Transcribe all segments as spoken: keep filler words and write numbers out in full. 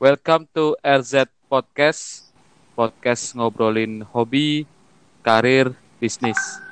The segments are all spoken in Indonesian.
Welcome to R Z Podcast. Podcast ngobrolin hobi, karir, bisnis.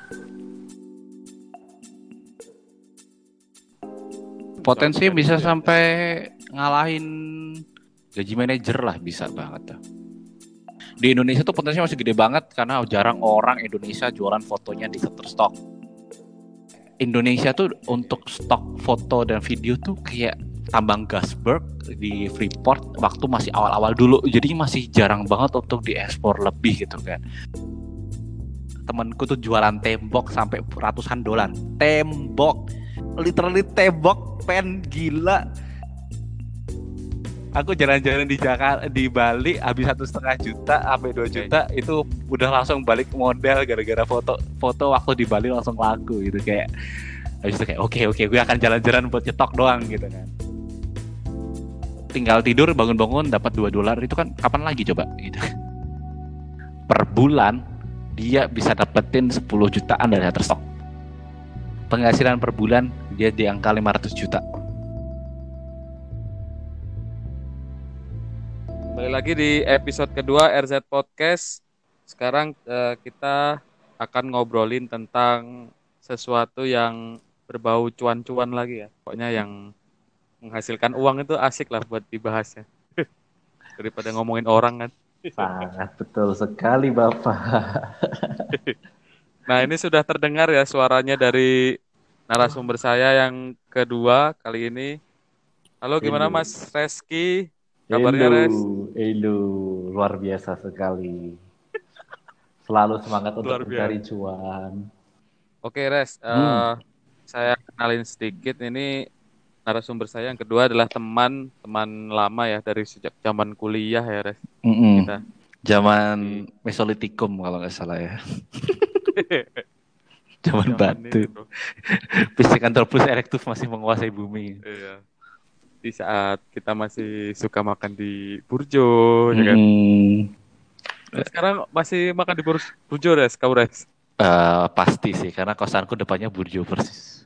Potensi bisa sampai ngalahin gaji manajer lah, bisa banget tuh. Di Indonesia tuh potensinya masih gede banget karena jarang orang Indonesia jualan fotonya di Shutterstock. Indonesia tuh untuk stok foto dan video tuh kayak tambang Gasberg di Freeport waktu masih awal-awal dulu, jadi masih jarang banget untuk diekspor lebih gitu kan. Temenku tuh jualan tembok sampai ratusan dolar. Tembok, literally tembok pen, gila. Aku jalan-jalan di Jakarta, di Bali, habis satu setengah juta sampai dua juta, okay. Itu udah langsung balik modal gara-gara foto foto waktu di Bali langsung laku gitu. Kayak habis itu kayak oke okay, oke okay, gue akan jalan-jalan buat nyetok doang gitu kan. Tinggal tidur bangun-bangun dapat dua dolar, itu kan kapan lagi coba gitu. Per bulan dia bisa dapetin sepuluh jutaan dari Shutterstock. Penghasilan per bulan dia di angka lima ratus juta. Kembali lagi di episode kedua R Z Podcast. Sekarang uh, kita akan ngobrolin tentang sesuatu yang berbau cuan-cuan lagi ya. Pokoknya yang menghasilkan uang itu asik lah buat dibahasnya. Daripada ngomongin orang kan. Sangat betul sekali Bapak. Nah ini sudah terdengar ya suaranya dari narasumber saya yang kedua kali ini. Halo, gimana Hello. Mas Reski? Kabarnya, Hello, Res? hello, luar biasa sekali. Selalu semangat Luar untuk biasa. mencari cuan. Oke, Res. Hmm. Uh, saya kenalin sedikit. Ini narasumber saya yang kedua adalah teman teman lama ya dari sejak zaman kuliah ya, Res. Mm-mm. Kita. Zaman Mesolitikum kalau nggak salah ya. Zaman batu. Pithecanthropus erectus masih menguasai bumi. Iya. Di saat kita masih suka makan di Burjo, mm-hmm. ya kan? Nah, sekarang masih makan di Bur- Burjo, Res? Kau, Res? Uh, pasti sih, karena kosanku depannya Burjo persis.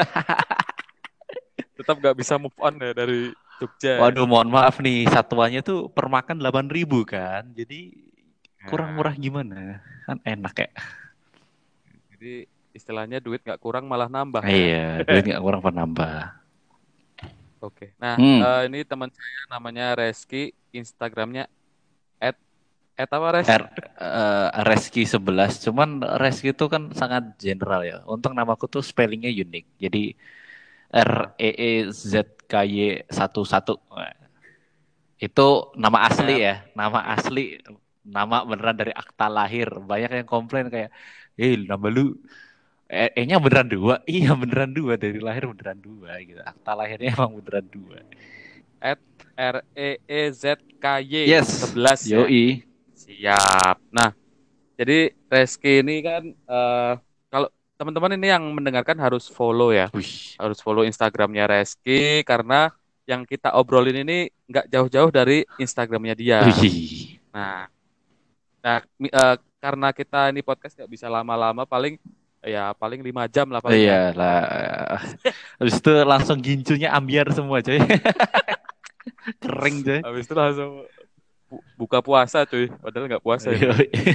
Tetap gak bisa move on ya dari Jogja. Waduh, mohon maaf nih, satuannya tuh per makan delapan ribu kan. Jadi kurang murah gimana? Kan enak ya. Jadi istilahnya duit gak kurang malah nambah. Iya, ya? Duit gak kurang pernah nambah. Oke, nah hmm. uh, ini teman saya namanya Reski, Instagramnya at at apa Res? R, uh, Reski sebelas, cuman Reski itu kan sangat general ya. Untuk namaku tuh spellingnya unik, jadi R E E Z K Y satu satu. Itu nama asli ya, nama asli, nama beneran dari akta lahir. Banyak yang komplain kayak, eh nama lu E-nya beneran dua, iya beneran dua, dari lahir beneran dua gitu. Akta lahirnya emang beneran dua. At R E E Z K Y yes. sebelas ya. Yoi. Siap. Nah, jadi Reski ini kan uh, kalau teman-teman ini yang mendengarkan harus follow ya. Uish. Harus follow Instagramnya Reski karena yang kita obrolin ini nggak jauh-jauh dari Instagramnya dia. Uish. Nah, nah uh, karena kita ini podcast nggak bisa lama-lama, paling ya paling lima jam lah paling. Iya ya. lah. Habis itu langsung gincunya ambiar semua coy. Kering coy. Habis itu langsung bu- buka puasa cuy, padahal nggak puasa ya.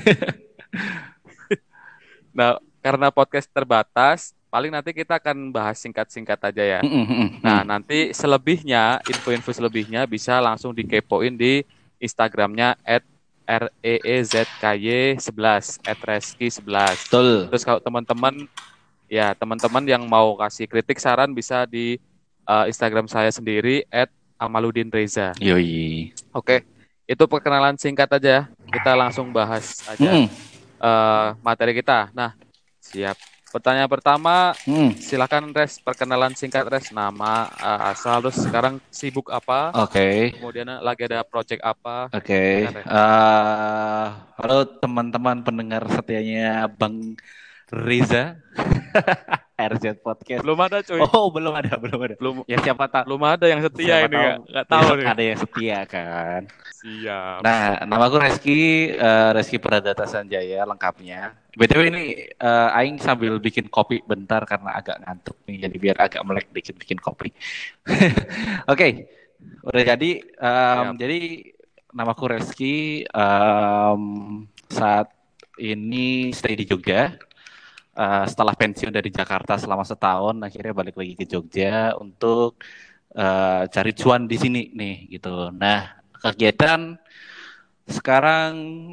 Nah, karena podcast terbatas, paling nanti kita akan bahas singkat-singkat aja ya. Nah, nanti selebihnya, info-info selebihnya bisa langsung dikepoin di Instagramnya at R E E Z K Y sebelas, at Reski sebelas. Betul. Terus kalau teman-teman, ya teman-teman yang mau kasih kritik saran bisa di uh, Instagram saya sendiri at Amaludin Reza. Yoi. Oke, itu perkenalan singkat aja. Kita langsung bahas aja mm. uh, materi kita. Nah, siap. Pertanyaan pertama, hmm. silakan Res, perkenalan singkat Res, nama, uh, asal, terus sekarang sibuk apa? Oke. Okay. Kemudian lagi ada project apa? Oke. Okay. Uh, halo teman-teman pendengar setianya Bang Reza. R Z Podcast. Belum ada cuy. Oh, belum ada, belum ada. Belum. Ya siapa tahu. Belum ada yang setia ini enggak? Enggak tahu nih. Ada yang setia kan. Siap. Nah, nama aku Reski, uh, Reski Pradata Sanjaya lengkapnya. B T W ini uh, aing sambil bikin kopi bentar karena agak ngantuk nih, jadi biar agak melek dikit bikin kopi. Oke. Okay. Udah jadi. Um, Siap. jadi namaku Reski. Um, saat ini stay di Jogja. Uh, setelah pensiun dari Jakarta selama setahun, akhirnya balik lagi ke Jogja untuk uh, cari cuan di sini nih gitu. Nah, kegiatan sekarang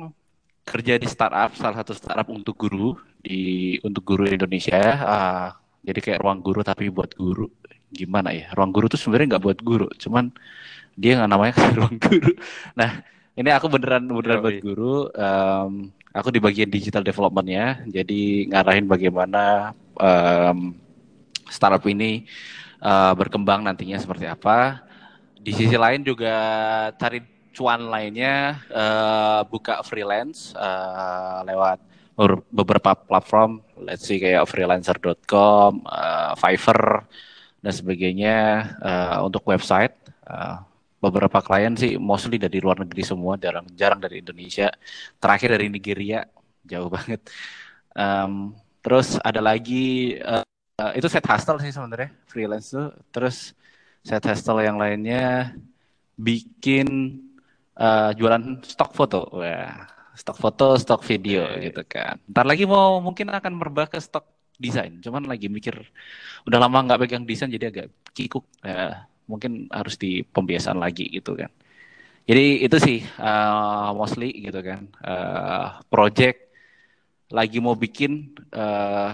kerja di startup, salah satu startup untuk guru di untuk guru Indonesia. Uh, jadi kayak ruang guru tapi buat guru. Gimana ya? Ruang guru tuh sebenarnya nggak buat guru, cuman dia nggak namanya kayak ruang guru. Nah, ini aku beneran beneran buat Yoi. guru. Um, aku di bagian digital development-nya, jadi ngarahin bagaimana um, startup ini uh, berkembang nantinya seperti apa. Di sisi lain juga cari cuan lainnya, uh, buka freelance uh, lewat beberapa platform, let's see kayak freelancer dot com, uh, Fiverr dan sebagainya uh, untuk website. Uh, beberapa klien sih mostly dari luar negeri semua, jarang jarang dari Indonesia. Terakhir dari Nigeria, jauh banget. Um, terus ada lagi uh, uh, itu side hustle sih sebenarnya, freelance tuh. Terus side hustle yang lainnya bikin uh, jualan stok foto. Wah, stok foto, stok video Eh, gitu kan. Ntar lagi mau mungkin akan merambah ke stok desain. Cuman lagi mikir udah lama nggak pegang desain jadi agak kikuk. Ya, mungkin harus di pembiasaan lagi gitu kan. Jadi itu sih uh, mostly gitu kan. Uh, project lagi mau bikin uh,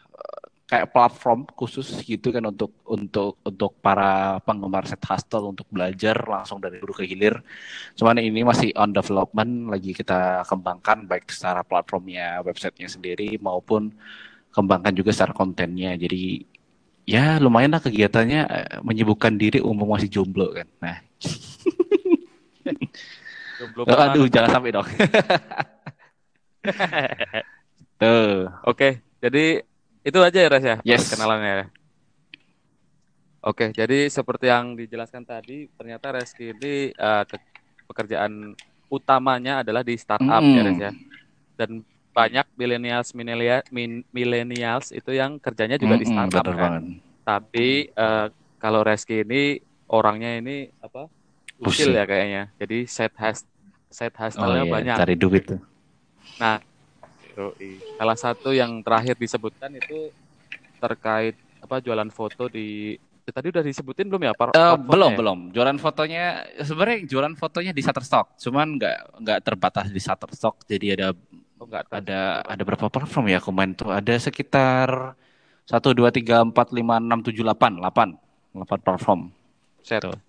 kayak platform khusus gitu kan untuk untuk untuk para penggemar set hustle untuk belajar langsung dari hulu ke hilir. Cuman ini masih on development, lagi kita kembangkan baik secara platformnya, websitenya sendiri maupun kembangkan juga secara kontennya. Jadi ya lumayan lah kegiatannya, eh, menyibukkan diri umum masih jomblo kan. Nah, jomblo aduh banget nih. jangan sampai dong. Tuh, Oke, jadi itu aja ya Res ya yes. perkenalannya ya. Oke, jadi seperti yang dijelaskan tadi, ternyata Reski ini eh, ke- pekerjaan utamanya adalah di startup ya Res Mm-mm. ya. Dan banyak millennials millennials min- millennials itu yang kerjanya juga di Mm-mm, startup bener kan. banget. Tapi eh, kalau Reski ini orangnya ini apa? Usil Pusing. ya kayaknya. Jadi side hust side Oh hustle-nya iya, banyak. cari duit tuh. Nah, yoi. Salah satu yang terakhir disebutkan itu terkait apa jualan foto di eh, tadi udah disebutin belum ya par- Eh, platformnya belum ya? belum. Jualan fotonya sebenarnya jualan fotonya di Shutterstock, cuman nggak nggak terbatas di Shutterstock. Jadi ada Oh enggak ter ada ada terbatas. berapa platform ya aku main tuh? Ada sekitar satu dua tiga empat lima enam tujuh delapan delapan delapan platform. Set. Tuh.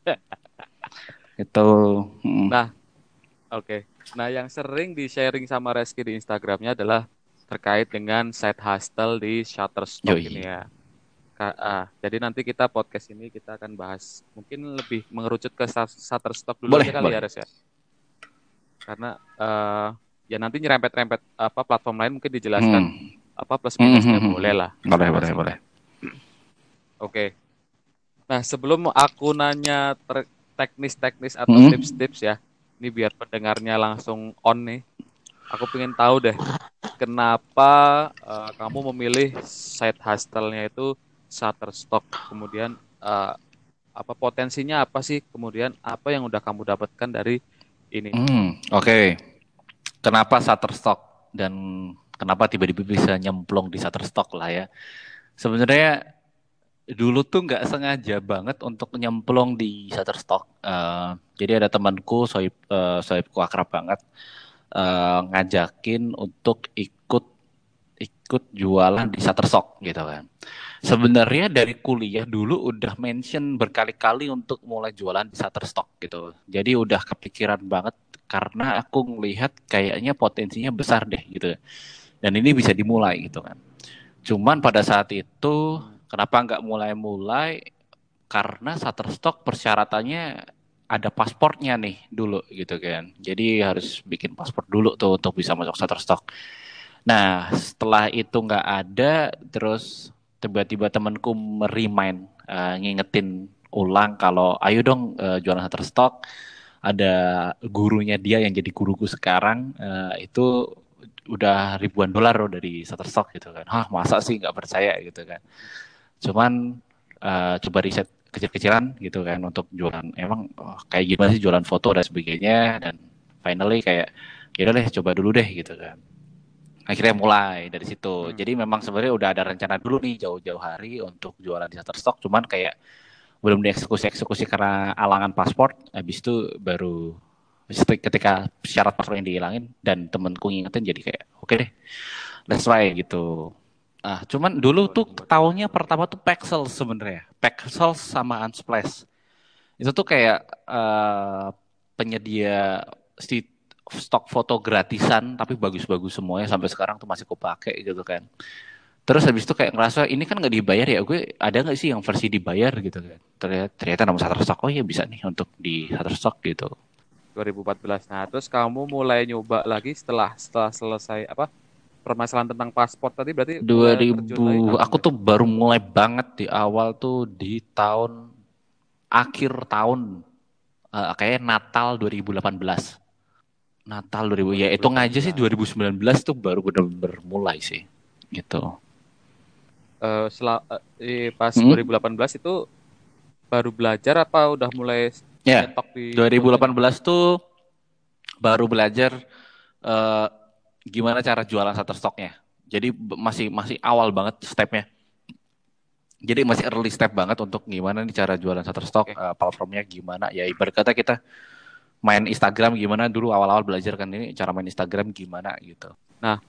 Itu mm, Nah, oke. Nah, yang sering di-sharing sama Reski di Instagramnya adalah terkait dengan side hustle di Shutterstock ini yoi. ya. Ka- ah, jadi nanti kita podcast ini kita akan bahas mungkin lebih mengerucut ke Sa- Shutterstock dulu aja Boleh, kali ya boleh. Res ya. Karena eh, ya nanti nyerempet-rempet apa platform lain mungkin dijelaskan Hmm. apa plus Hmm, hmm, minusnya hmm, boleh hmm. lah Boleh, boleh, dijelasin. boleh. Oke. Nah, sebelum aku nanya ter- teknis-teknis atau Hmm. tips-tips ya, ini biar pendengarnya langsung on nih. Aku pengen tahu deh, kenapa eh, kamu memilih side hustle-nya itu Shutterstock? Kemudian eh, apa potensinya apa sih? Kemudian apa yang udah kamu dapatkan dari ini? Hmm, oke. Kenapa Shutterstock dan kenapa tiba-tiba bisa nyemplung di Shutterstock lah ya? Sebenarnya dulu tuh nggak sengaja banget untuk nyemplung di Shutterstock. Eh, jadi ada temanku, sohib, eh, sohibku akrab banget, eh, ngajakin untuk ikut ikut jualan di Shutterstock gitu kan. Sebenarnya dari kuliah dulu udah mention berkali-kali untuk mulai jualan di Shutterstock gitu. Jadi udah kepikiran banget karena aku ngelihat kayaknya potensinya besar deh gitu. Dan ini bisa dimulai gitu kan. Cuman pada saat itu Hmm. kenapa nggak mulai-mulai? Karena Shutterstock persyaratannya ada pasportnya nih dulu gitu kan. Jadi harus bikin paspor dulu tuh untuk bisa masuk Shutterstock. Nah, setelah itu nggak ada, terus tiba-tiba temanku merimain, uh, ngingetin ulang kalau ayo dong uh, jualan Shutterstock. Ada gurunya dia yang jadi guruku sekarang, uh, itu udah ribuan dolar loh dari Shutterstock gitu kan. Hah, masa sih nggak percaya gitu kan. Cuman uh, coba riset kecil-kecilan gitu kan untuk jualan. Emang oh, kayak gimana sih jualan foto dan sebagainya, dan finally kayak ya udah deh coba dulu deh gitu kan. Akhirnya mulai dari situ. Hmm. Jadi memang sebenarnya udah ada rencana dulu nih jauh-jauh hari untuk jualan di Shutterstock, cuman kayak belum dieksekusi-eksekusi karena alangan paspor. Habis itu baru ketika syarat paspornya dihilangin dan temenku ngingetin, jadi kayak oke okay deh, let's try gitu. Ah, cuman dulu tuh tahunnya pertama tuh Pexels sebenarnya. Pexels sama Unsplash. Itu tuh kayak uh, penyedia si stok foto gratisan tapi bagus-bagus semuanya, sampai sekarang tuh masih kepake gitu kan. Terus habis itu kayak ngerasa ini kan nggak dibayar ya, gue ada nggak sih yang versi dibayar gitu kan. Ternyata, ternyata nama Shutterstock, oh ya bisa nih untuk di Shutterstock gitu. dua ribu empat belas. Nah, terus kamu mulai nyoba lagi setelah setelah selesai apa? Permasalahan tentang paspor tadi berarti mulai terjun lagi dua ribu kapan? aku tuh baru mulai banget di awal tuh di tahun akhir tahun, uh, kayak Natal dua ribu delapan belas. Natal dua ribu, ya itu aja sih dua ribu sembilan belas tuh baru benar-benar mulai sih gitu. Uh, sel- uh, pas hmm? dua ribu delapan belas itu baru belajar apa udah mulai ya nyetok di dua ribu delapan belas fotonya? tuh baru belajar uh, gimana cara jualan Shutterstocknya. Jadi masih masih awal banget stepnya. Jadi masih early step banget untuk gimana nih cara jualan Shutterstock, Okay. uh, platformnya gimana. Ya ibarat kata kita main Instagram gimana dulu awal-awal belajar kan, ini cara main Instagram gimana gitu. Nah,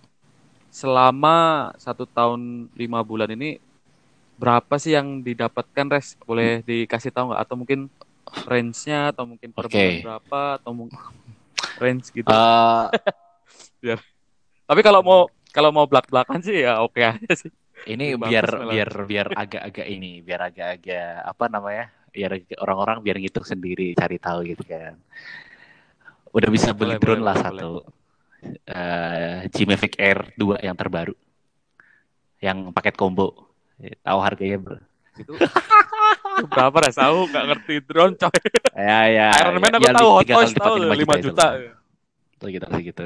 selama satu tahun lima bulan ini berapa sih yang didapatkan, Res? Boleh dikasih tahu nggak? Atau mungkin range-nya, atau mungkin per bulan Oke. berapa, atau mungkin range gitu? Uh, Biar. Tapi kalau mau kalau mau belak-belakan sih ya oke aja sih. ini Lebih biar bagus malah. biar biar agak-agak ini, biar agak-agak apa namanya? Biar orang-orang biar ngitung sendiri, cari tahu gitu kan. Udah bisa beli Boleh, boleh, drone lah boleh, boleh. satu. Uh, G Mavic Air dua yang terbaru. Yang paket combo. Tahu harganya, Bro? Itu, itu berapa, Res? Aku nggak ngerti drone, coy. Ya ya. Iron Man ya, aku ya tahu, Hot tiga kali Toys lipat tahu lima juta lima itu juta. lah. Itu gitu gitu.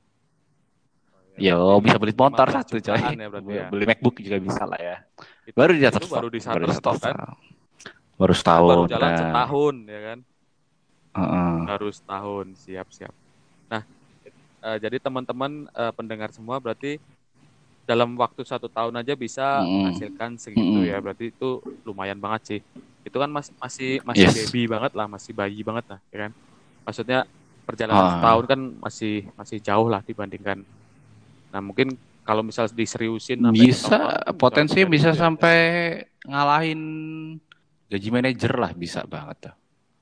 Ya, Yo, berarti bisa beli motor lima belas satu coy. jutaan ya berarti ya. Beli MacBook juga bisa lah ya. Itu, Baru di itu Shutterstock. baru di Baru di Shutterstock kan? Shutterstock. Baru Itu setahun. baru jalan Benar. setahun ya kan? Uh-uh. Baru setahun, siap-siap. Nah, uh, jadi teman-teman uh, pendengar semua berarti dalam waktu satu tahun aja bisa Mm-mm. menghasilkan segitu Mm-mm. ya. Berarti itu lumayan banget sih. Itu kan masih masih masih Yes. baby banget lah, masih bayi banget lah, ya kan? Maksudnya perjalanan Ah. setahun kan masih masih jauh lah dibandingkan. Nah, mungkin kalau misal diseriusin sampai Bisa top, potensi bisa, bisa bisa ya. sampai ngalahin gaji manajer lah, bisa banget tuh.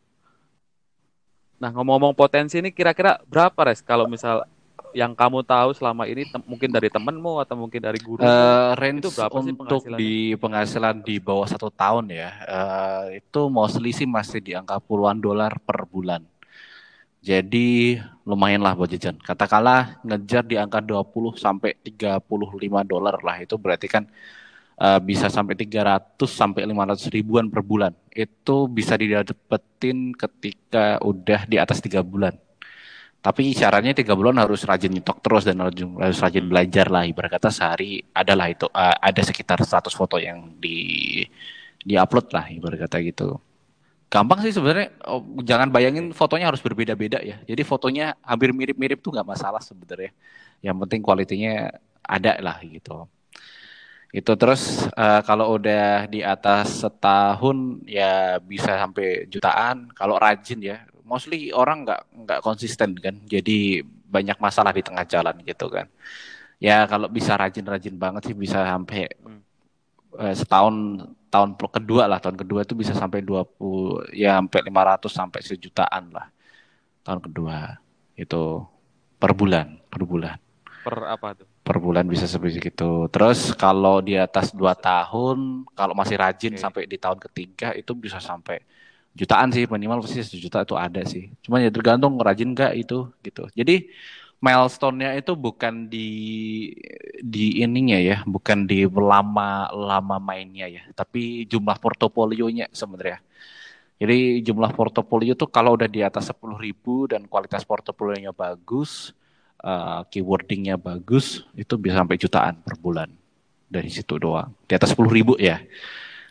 Nah, ngomong-ngomong potensi ini kira-kira berapa, Res? Kalau misal yang kamu tahu selama ini tem- mungkin dari temenmu atau mungkin dari gurumu, Uh, range itu berapa sih untuk penghasilannya? di penghasilan di bawah satu tahun ya, uh, itu mostly sih masih di angka puluhan dolar per bulan. Jadi lumayan lah buat jajan. Katakanlah ngejar di angka dua puluh sampai tiga puluh lima dolar lah, itu berarti kan uh, bisa sampai tiga ratus sampai lima ratus ribuan per bulan. Itu bisa didapetin ketika udah di atas tiga bulan. Tapi syaratnya tiga bulan harus rajin nyetok terus dan harus, harus rajin belajar lah. Ibarat kata sehari adalah itu uh, ada sekitar seratus foto yang di di-upload lah, ibarat kata gitu. Gampang sih sebenarnya. Oh, jangan bayangin fotonya harus berbeda-beda ya. Jadi fotonya hampir mirip-mirip tuh nggak masalah sebenarnya. Yang penting kualitinya ada lah gitu. Itu terus uh, kalau udah di atas setahun ya bisa sampai jutaan. Kalau rajin ya, mostly orang nggak nggak konsisten kan. Jadi banyak masalah di tengah jalan gitu kan. Ya kalau bisa rajin-rajin banget sih bisa sampai Hmm. uh, setahun, tahun kedua lah, tahun kedua itu bisa sampai dua puluh ya sampai lima ratus sampai sejutaan lah. Tahun kedua itu per bulan, per bulan. Per apa tuh? Per bulan bisa segitu. Terus kalau di atas dua tahun, kalau masih rajin Oke. sampai di tahun ketiga itu bisa sampai jutaan sih, minimal pasti sejuta itu ada sih. Cuma ya tergantung rajin nggak itu gitu. Jadi milestone-nya itu bukan di di ininya ya, bukan di lama lama mainnya ya, tapi jumlah portofolionya sebenarnya. Jadi jumlah portofolio tuh kalau udah di atas sepuluh ribu dan kualitas portofolionya bagus, uh, keywordingnya bagus, itu bisa sampai jutaan per bulan dari situ doang. Di atas sepuluh ribu ya.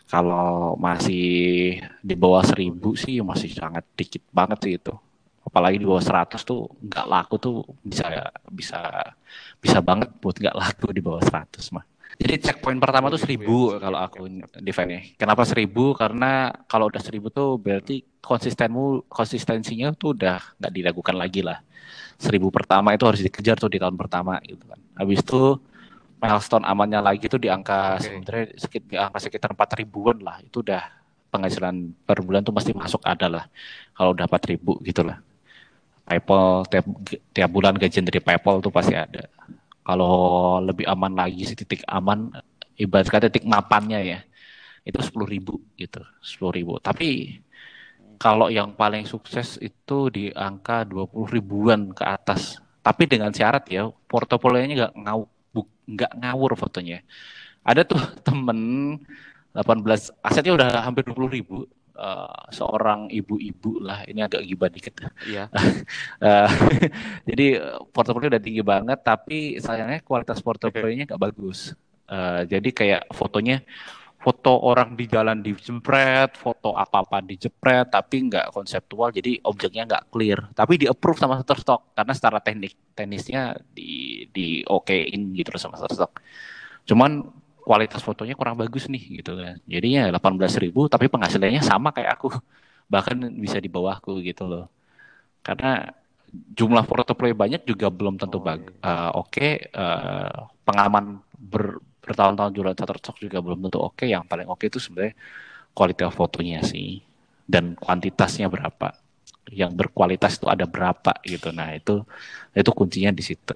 Kalau masih di bawah seribu sih masih sangat dikit banget sih itu. Apalagi di bawah seratus tuh nggak laku tuh bisa bisa bisa banget buat nggak laku di bawah seratus mah. Jadi checkpoint pertama Oh tuh ribu ya. seribu Siap, kalau siap, aku siap. define. Kenapa seribu? Karena kalau udah seribu tuh berarti konsistenmu konsistensinya tuh udah nggak diragukan lagi lah. Seribu pertama itu harus dikejar tuh di tahun pertama gitu kan. Habis itu milestone amannya lagi tuh di angka Oke. sebenarnya sekitar di angka sekitar empat ribuan lah. Itu udah penghasilan per bulan tuh pasti masuk ada lah. Kalau udah empat ribu gitu lah. PayPal tiap tiap bulan gajian dari PayPal tuh pasti ada. Kalau lebih aman lagi sih titik aman ibarat kata titik mapannya ya itu sepuluh ribu gitu sepuluh ribu. Tapi kalau yang paling sukses itu di angka dua puluh ribuan ke atas. Tapi dengan syarat ya portofolionya nggak ngau nggak ngawur fotonya. Ada tuh temen delapan belas asetnya udah hampir dua puluh ribu. Uh, seorang ibu-ibu lah, ini agak gibah dikit. Iya. uh, jadi portofolio udah tinggi banget, tapi sayangnya kualitas portofolionya nggak bagus. Uh, jadi kayak fotonya foto orang di jalan dijepret, foto apa-apa dijepret, tapi nggak konseptual, jadi objeknya nggak clear. Tapi di approve sama Shutterstock karena secara teknik teknisnya di di okein gitu sama Shutterstock. Cuman kualitas fotonya kurang bagus nih gitu kan. Jadinya delapan belas ribu tapi penghasilannya sama kayak aku. Bahkan bisa di bawahku gitu loh. Karena jumlah portofolio banyak juga belum tentu Oh bag iya. uh, oke okay. uh, pengalaman ber, bertahun-tahun jualan Shutterstock juga belum tentu oke okay. Yang paling oke okay itu sebenarnya kualitas fotonya sih dan kuantitasnya berapa, yang berkualitas itu ada berapa gitu. Nah itu itu kuncinya di situ.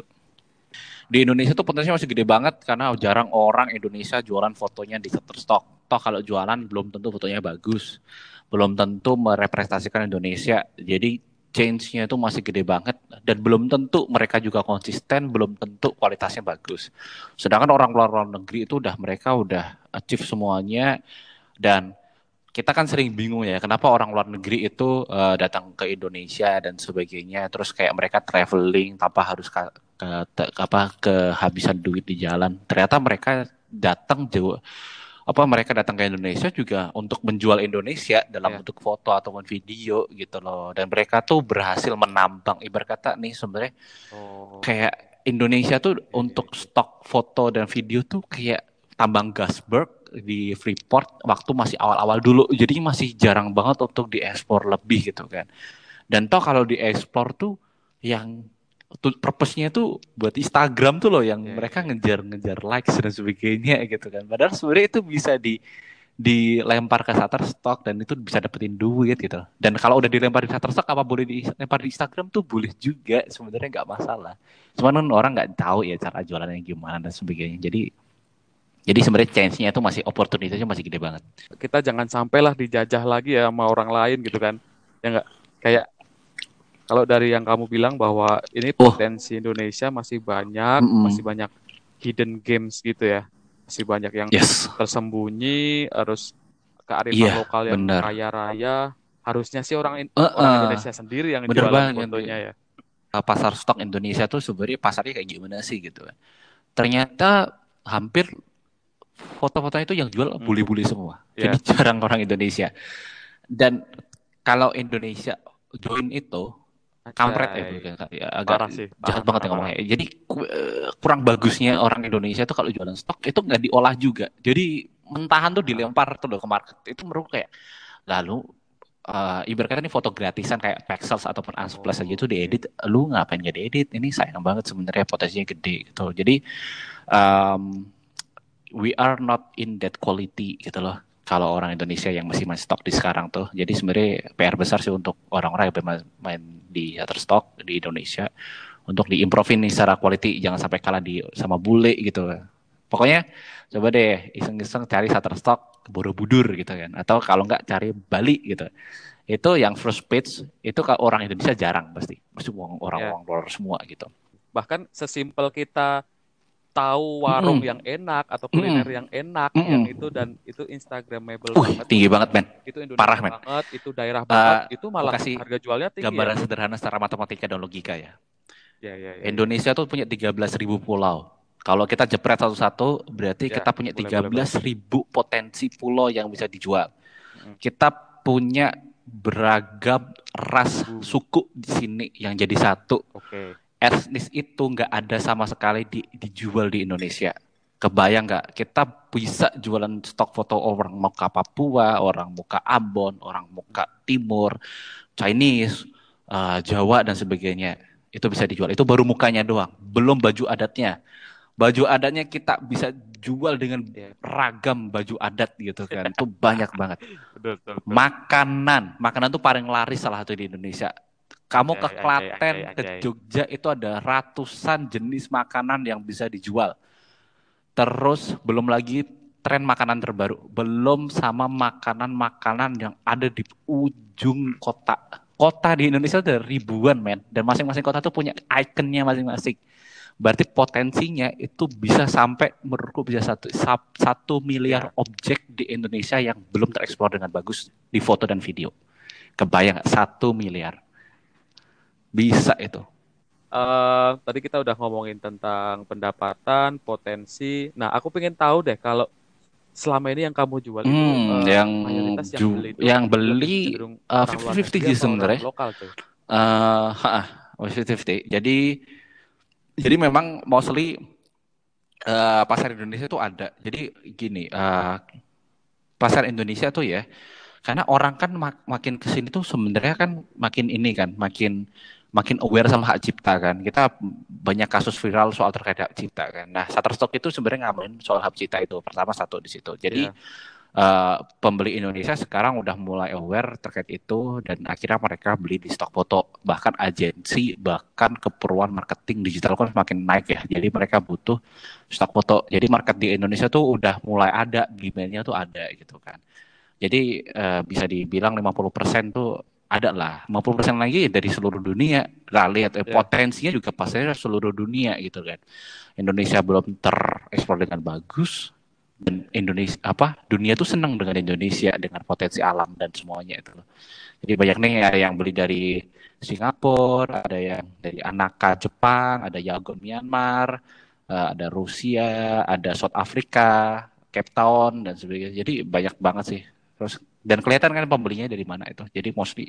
Di Indonesia tuh potensinya masih gede banget karena jarang orang Indonesia jualan fotonya di Shutterstock. Toh kalau jualan belum tentu fotonya bagus, belum tentu merepresentasikan Indonesia. Jadi change-nya itu masih gede banget dan belum tentu mereka juga konsisten, belum tentu kualitasnya bagus. Sedangkan orang luar luar negeri itu udah mereka udah achieve semuanya. Dan kita kan sering bingung ya, kenapa orang luar negeri itu uh, datang ke Indonesia dan sebagainya, terus kayak mereka traveling tanpa harus ke, ke, ke apa kehabisan duit di jalan. Ternyata mereka datang jauh apa mereka datang ke Indonesia juga untuk menjual Indonesia dalam Iya. bentuk foto ataupun video gitu loh. Dan mereka tuh berhasil menambang, ibarat kata nih sebenarnya Oh kayak Indonesia tuh iya, iya, untuk iya. stok foto dan video tuh kayak tambang Gasberg di Freeport waktu masih awal-awal dulu. Jadi masih jarang banget untuk diekspor lebih gitu kan. Dan toh kalau diekspor tuh yang tuh purpose-nya tuh buat Instagram tuh loh yang Iya, iya, mereka iya. ngejar-ngejar likes dan sebagainya gitu kan. Padahal sebenarnya itu bisa di dilempar ke Shutterstock dan itu bisa dapetin duit gitu. Dan kalau udah dilempar di Shutterstock apa boleh dilempar di Instagram tuh boleh juga, sebenarnya nggak masalah. Cuman kan orang nggak tahu ya cara jualannya gimana dan sebagainya. Jadi jadi sebenarnya chance-nya itu masih opportunity-nya masih gede banget. Kita jangan sampailah dijajah lagi ya sama orang lain gitu kan. Ya enggak? Kayak kalau dari yang kamu bilang bahwa ini Oh, potensi Indonesia masih banyak, masih mm-mm. banyak hidden games gitu ya. Masih banyak yang Yes, tersembunyi, harus kearifan iya lokal yang benar. kaya raya. Harusnya sih orang In- orang Uh-uh. Indonesia sendiri yang Bener jualan banget. fotonya ya. Pasar stok Indonesia tuh sebenarnya pasarnya kayak gimana sih gitu kan. Ternyata hampir foto-fotonya itu yang jual Mm-mm. bule-bule semua. Jadi Ya, jarang orang Indonesia. Dan kalau Indonesia join itu kampret ya, anjay. ya agak Parah sih, jahat parah, banget parah, ya parah. ngomongnya. Jadi ku- eh, kurang bagusnya orang Indonesia itu kalau jualan stok itu nggak diolah juga. Jadi mentahan tuh Ah, dilempar tuh loh ke market. Itu menurut kayak lalu uh, ibarat kata ini foto gratisan kayak Pexels ataupun Unsplash aja itu oke. diedit, lu ngapain gak diedit? Ini sayang banget sebenarnya potensinya gede gitu. Jadi um, we are not in that quality gitu loh. Kalau orang Indonesia yang masih main stok di sekarang tuh, jadi sebenarnya P R besar sih untuk orang-orang yang main, main di Shutterstock di Indonesia untuk diimprovin nih secara quality, jangan sampai kalah di sama bule gitu. Pokoknya coba deh iseng-iseng cari Shutterstock Borobudur gitu kan, atau kalau nggak cari Bali gitu. Itu yang first page itu kalau orang Indonesia jarang pasti, pasti Ya, orang-orang luar semua gitu. bahkan sesimpel kita tahu warung Mm-mm. yang enak atau kuliner Mm-mm. yang enak yang Mm-mm. itu dan itu Instagramable Wih, banget, tinggi banget men, itu parah Indonesia men. banget, itu daerah banget, Uh, itu aku malah kasih harga jualnya tinggi ya. gambaran sederhana secara matematika dan logika ya. Ya, ya, ya, ya. Indonesia tuh punya tiga belas ribu pulau. Kalau kita jepret satu-satu, berarti Ya, kita punya boleh, tiga boleh, boleh. belas ribu potensi pulau yang bisa dijual. Mm. Kita punya beragam ras Suku. suku di sini yang jadi satu. Oke. Etnis itu nggak ada sama sekali di, dijual di Indonesia. Kebayang nggak? Kita bisa jualan stok foto orang muka Papua, orang muka Ambon, orang muka Timur, Chinese, uh, Jawa dan sebagainya. Itu bisa dijual. Itu baru mukanya doang, belum baju adatnya. Baju adatnya kita bisa jual dengan Yeah. ragam baju adat gitu kan. Itu banyak banget. Betul, betul, betul. Makanan, makanan tuh paling laris salah satu di Indonesia. Kamu ke Anjay, anjay, Klaten, anjay, ke anjay. Jogja itu ada ratusan jenis makanan yang bisa dijual. Terus belum lagi tren makanan terbaru, belum sama makanan-makanan yang ada di ujung kota. Kota di Indonesia ada ribuan, men, dan masing-masing kota tuh punya ikonnya masing-masing. Berarti potensinya itu bisa sampai menurutku bisa satu, satu miliar Ya. objek di Indonesia yang belum tereksplor dengan bagus di foto dan video. Kebayang nggak? Satu miliar. Bisa itu. Eh, tadi kita udah ngomongin tentang pendapatan, potensi. Nah, aku pengen tahu deh kalau selama ini yang kamu jual itu Hmm, eh, yang mayoritas yang ju, beli itu yang lebih beli cenderung uh, orang luar fifty fifty negeri sih apa orang sebenarnya. lokal, cuy? Uh, fifty fifty. Jadi jadi memang mostly uh, pasar Indonesia tuh ada. Jadi gini, uh, pasar Indonesia tuh ya, karena orang kan mak- makin kesini tuh sebenarnya kan makin ini kan, makin makin aware sama hak cipta kan. Kita banyak kasus viral soal terkait hak cipta kan. Nah, Shutterstock itu sebenarnya ngamain soal hak cipta itu. Pertama satu di situ. Jadi Ya. uh, pembeli Indonesia sekarang udah mulai aware terkait itu dan akhirnya mereka beli di stok foto. Bahkan agensi, bahkan keperluan marketing digital kan semakin naik ya. Jadi mereka butuh stok foto. Jadi market di Indonesia tuh udah mulai ada, demand-nya tuh ada gitu kan. Jadi uh, bisa dibilang lima puluh persen tuh ada lah. lima puluh persen lagi dari seluruh dunia. Nah, lihat eh, Ya. potensinya juga pastinya seluruh dunia gitu kan. Indonesia belum tereksplor dengan bagus dan Indonesia apa dunia tuh senang dengan Indonesia dengan potensi alam dan semuanya itu. Jadi banyak nih ada yang beli dari Singapura, ada yang dari Anaka Jepang, ada Yangon Myanmar, uh, ada Rusia, ada South Africa, Cape Town dan sebagainya. Jadi banyak banget sih. Terus dan kelihatan kan pembelinya dari mana itu. Jadi mostly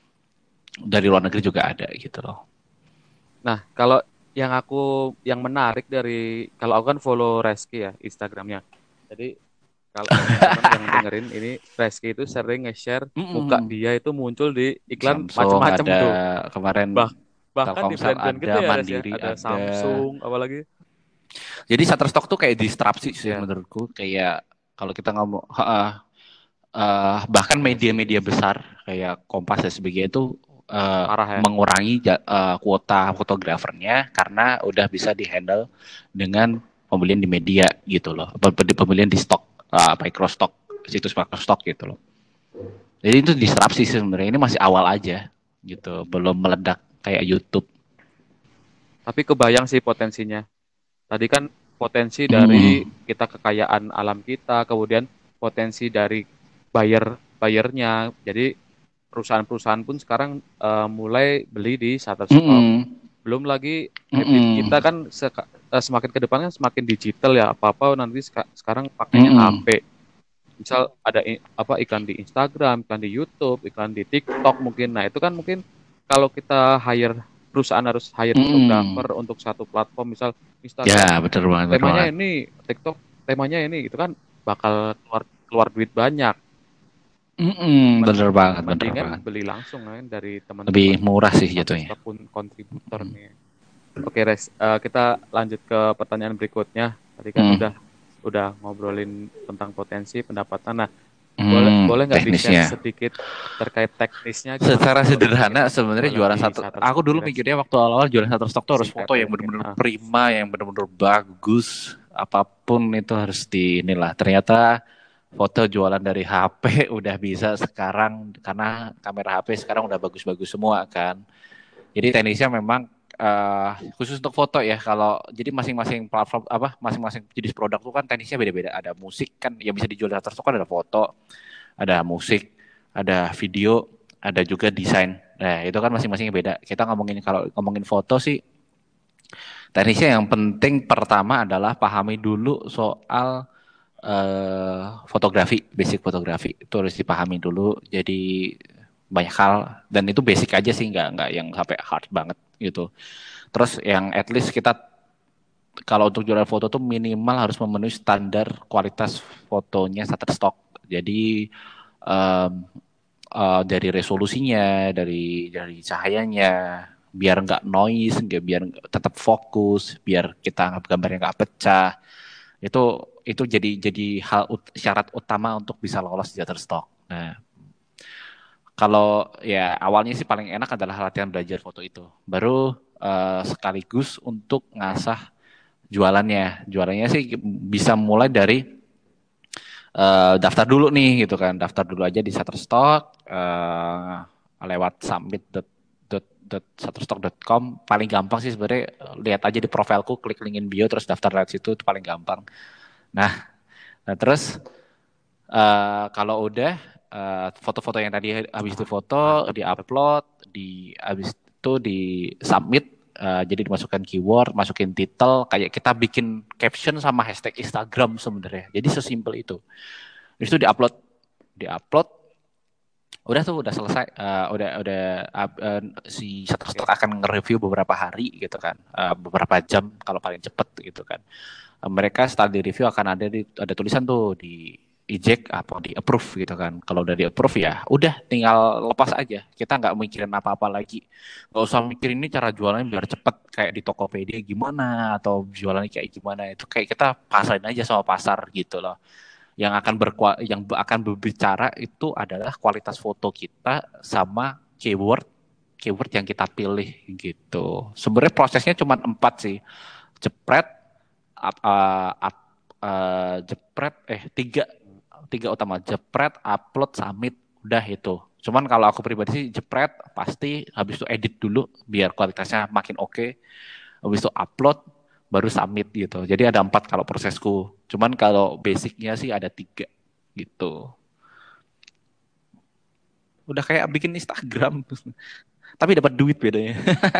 dari luar negeri juga ada gitu loh. Nah, kalau yang aku yang menarik dari kalau aku kan follow Reski ya Instagramnya. Jadi kalau teman-teman yang dengerin ini Reski itu sering nge-share muka Mm-mm. dia itu muncul di iklan Samsung macem-macem ada tuh. kemarin Bah, bahkan di Telkomsel brand-brand ada, gitu ya, Res ya. Mandiri Ada ada. Samsung, apalagi. Jadi Shutterstock tuh kayak disrupsi sih Ya. menurutku. Kayak kalau kita ngomong uh, uh, bahkan media-media besar kayak Kompas dan sebagainya itu uh, Parah ya. mengurangi uh, kuota fotografernya karena udah bisa dihandle dengan pembelian di media gitu loh. Pembelian di stok uh, microstock, situs microstock gitu loh. Jadi itu disrupsi sih sebenarnya. Ini masih awal aja gitu, belum meledak kayak YouTube. Tapi kebayang sih potensinya. Tadi kan potensi dari Hmm. kita kekayaan alam kita, kemudian potensi dari buyer bayarnya. Jadi perusahaan-perusahaan pun sekarang uh, mulai beli di Shutterstock. Mm-mm. Belum lagi habit Mm-mm. kita kan seka, uh, semakin ke depan kan semakin digital ya. Apa-apa nanti seka, sekarang pakainya Mm-mm. H P. Misal ada i, apa iklan di Instagram, iklan di YouTube, iklan di TikTok mungkin. Nah, itu kan mungkin kalau kita hire perusahaan harus hire Mm-mm. fotografer untuk satu platform, misal Instagram Ya, betul banget, betul temanya banget. ini, TikTok temanya ini, itu kan bakal keluar keluar duit banyak. Mm-mm, Men- bener banget, bener Mendingan banget. beli langsung kan dari Lebih teman-teman murah sih jatuhnya. Shutterstock pun kontributor nih. Oke, Res, eh, kita lanjut ke pertanyaan berikutnya. Tadi kan Mm. udah udah ngobrolin tentang potensi pendapatan. Nah, boleh Hmm, boleh nggak di-share teknisnya. sedikit terkait teknisnya gimana sih Secara kalau bikin sederhana sebenarnya jualan jualan di satu. Aku Shutterstock nih, dulu Res? mikirnya waktu awal-awal jualan Shutterstock tuh harus Singkat foto aja yang mungkin. benar-benar Ah, prima, yang benar-benar bagus, apapun itu harus di inilah. Ternyata foto jualan dari H P udah bisa sekarang karena kamera H P sekarang udah bagus-bagus semua kan. Jadi teknisnya memang eh, khusus untuk foto ya. Kalau jadi masing-masing platform apa, masing-masing jenis produk tuh kan teknisnya beda-beda. Ada musik kan yang bisa dijual di Shutterstock kan ada foto, ada musik, ada video, ada juga desain. Nah, itu kan masing-masingnya beda. Kita ngomongin kalau ngomongin foto sih Teknisnya yang penting pertama adalah pahami dulu soal eh, fotografi, basic fotografi itu harus dipahami dulu. Jadi banyak hal dan itu basic aja sih, nggak nggak yang sampai hard banget gitu. Terus yang at least kita kalau untuk jualan foto tuh minimal harus memenuhi standar kualitas fotonya Shutterstock. Jadi em, eh, dari resolusinya, dari dari cahayanya, biar nggak noise, nggak biar tetap fokus, biar kita gambarnya nggak pecah. Itu itu jadi jadi hal ut- syarat utama untuk bisa lolos di Shutterstock. Nah, kalau ya awalnya sih paling enak adalah latihan belajar foto itu. Baru eh, sekaligus untuk ngasah jualannya. Jualannya sih bisa mulai dari eh, daftar dulu nih gitu kan. Daftar dulu aja di Shutterstock eh, lewat summit dot dot dot shutterstock dot com. Paling gampang sih sebenarnya lihat aja di profilku, klik link in bio terus daftar lewat situ itu paling gampang. Nah, nah terus eh, kalau udah eh, foto-foto yang tadi habis itu foto Mantep, mantep. di-upload, di habis itu di submit, eh, jadi dimasukkan keyword, masukin title, kayak kita bikin caption sama hashtag Instagram sebenarnya. Jadi sesimpel itu. Habis itu diupload, diupload, udah tuh udah selesai, eh, udah udah up- eh, si Shutterstock Oke. akan nge-review beberapa hari gitu kan, eh, beberapa jam kalau paling cepet gitu kan. Eh, mereka setelah di review akan ada di, ada tulisan tuh di eject atau di approve gitu kan. Kalau udah di approve ya udah tinggal lepas aja. Kita nggak mikirin apa-apa lagi. Nggak usah mikirin ini cara jualannya biar cepet kayak di Tokopedia gimana atau jualannya kayak gimana. Itu kayak kita pasarin aja sama pasar gitu loh. Yang akan berkua yang akan berbicara itu adalah kualitas foto kita sama keyword keyword yang kita pilih gitu. Sebenarnya prosesnya cuma empat sih. Jepret, up, uh, up, uh, jepret eh tiga tiga utama, jepret, upload, submit, udah itu. Cuman kalau aku pribadi sih jepret pasti, habis itu edit dulu biar kualitasnya makin oke, okay. Habis itu upload baru submit gitu. Jadi ada empat kalau prosesku. Cuman kalau basicnya sih ada tiga gitu. Udah kayak bikin Instagram tapi dapat duit bedanya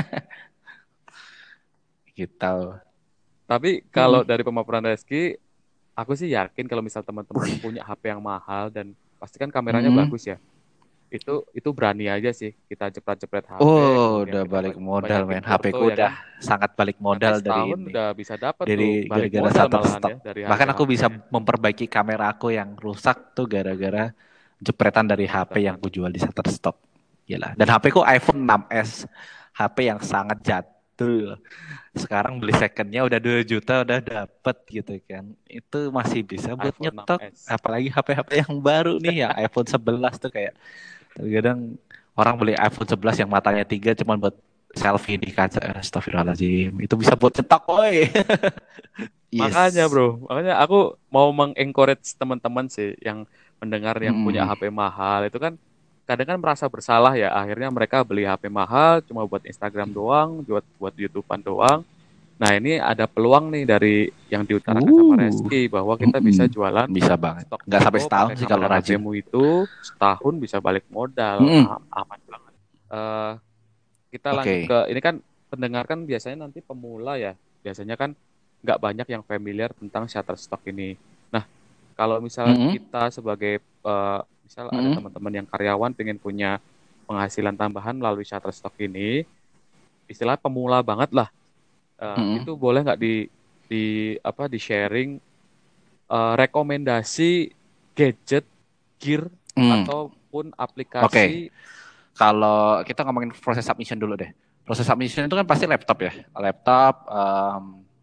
gitu. Tapi kalau Mm-mm. dari pemaparan Reski, aku sih yakin kalau misal teman-teman Wih. punya H P yang mahal dan pasti kan kameranya Mm-mm. bagus ya. Itu itu berani aja sih kita jepret-jepret H P, Oh, kemudian udah kita balik ba- modal banyakin men. foto H P ku ya udah kan. sangat balik Nanti modal dari setahun ini. udah bisa dapat tuh Dari balik gara-gara modal malahan Shutterstock. ya dari Bahkan harga aku bisa H P-nya. memperbaiki kamera aku yang rusak tuh gara-gara jepretan dari H P Mantap, yang mantap. kujual di Shutterstock. Gila. Dan H P ku iPhone enam S. H P yang sangat jadul. Sekarang beli secondnya udah dua juta udah dapet gitu kan. Itu masih bisa buat iPhone nyetok. enam S. Apalagi H P-H P yang baru nih, yang iPhone sebelas tuh kayak kadang orang beli iPhone sebelas yang matanya tiga cuma buat selfie di kaca. Astagfirullahaladzim. Itu bisa buat cetak, woi. Makanya Yes. bro, makanya aku mau mengencourage teman-teman sih yang mendengar yang punya Mm-mm. H P mahal itu kan kadang kan merasa bersalah ya. Akhirnya mereka beli H P mahal cuma buat Instagram doang, buat buat YouTubean doang. Nah ini ada peluang nih dari yang diutarakan sama Uh. Reski bahwa kita bisa Mm-mm. jualan Bisa banget. stok Nggak foto sampai setahun pakai sih kalau kamera rajin. H P-mu itu setahun bisa balik modal. Mm-mm. A- aman banget. Eh, kita lanjut Oke. ke ini kan pendengar kan biasanya nanti pemula ya. Biasanya kan nggak banyak yang familiar tentang Shutterstock ini. Nah, kalau misal Mm-mm. kita sebagai eh, misal ada Mm-mm. teman-teman yang karyawan pengen punya penghasilan tambahan melalui Shutterstock ini, istilah pemula banget lah. Eh, Mm-mm. itu boleh nggak di di apa di sharing eh, rekomendasi gadget, gear Mm. ataupun Oke. aplikasi. Kalau kita ngomongin proses submission dulu deh. Proses submission itu kan pasti laptop ya. Laptop. em,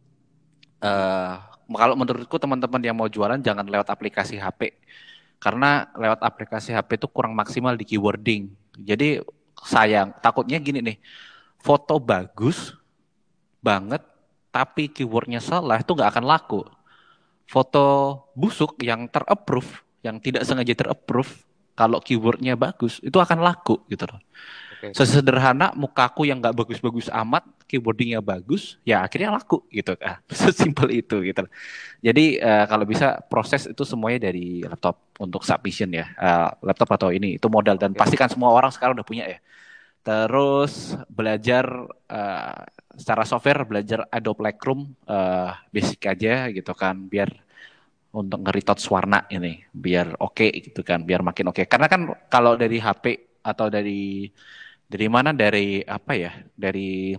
eh, Kalau menurutku teman-teman yang mau jualan jangan lewat aplikasi H P. Karena lewat aplikasi H P itu kurang maksimal di keywording. Jadi sayang, takutnya gini nih, foto bagus banget, tapi keywordnya salah itu nggak akan laku. Foto busuk yang terapprove, yang tidak sengaja terapprove, kalau keywordnya bagus, itu akan laku gitu loh. Oke, Sesederhana mukaku yang nggak bagus-bagus amat, keyboardingnya bagus, ya akhirnya laku gitu. Ah, sesimpel itu gitu. Jadi eh, kalau bisa proses itu semuanya dari laptop untuk submission ya. Eh, laptop atau ini itu modal dan oke. pastikan semua orang sekarang udah punya ya. Terus belajar eh, secara software belajar Adobe Lightroom uh, basic aja gitu kan, biar untuk nge-retouch warna ini biar oke okay, gitu kan, biar makin oke. Okay. Karena kan kalau dari H P atau dari dari mana dari apa ya dari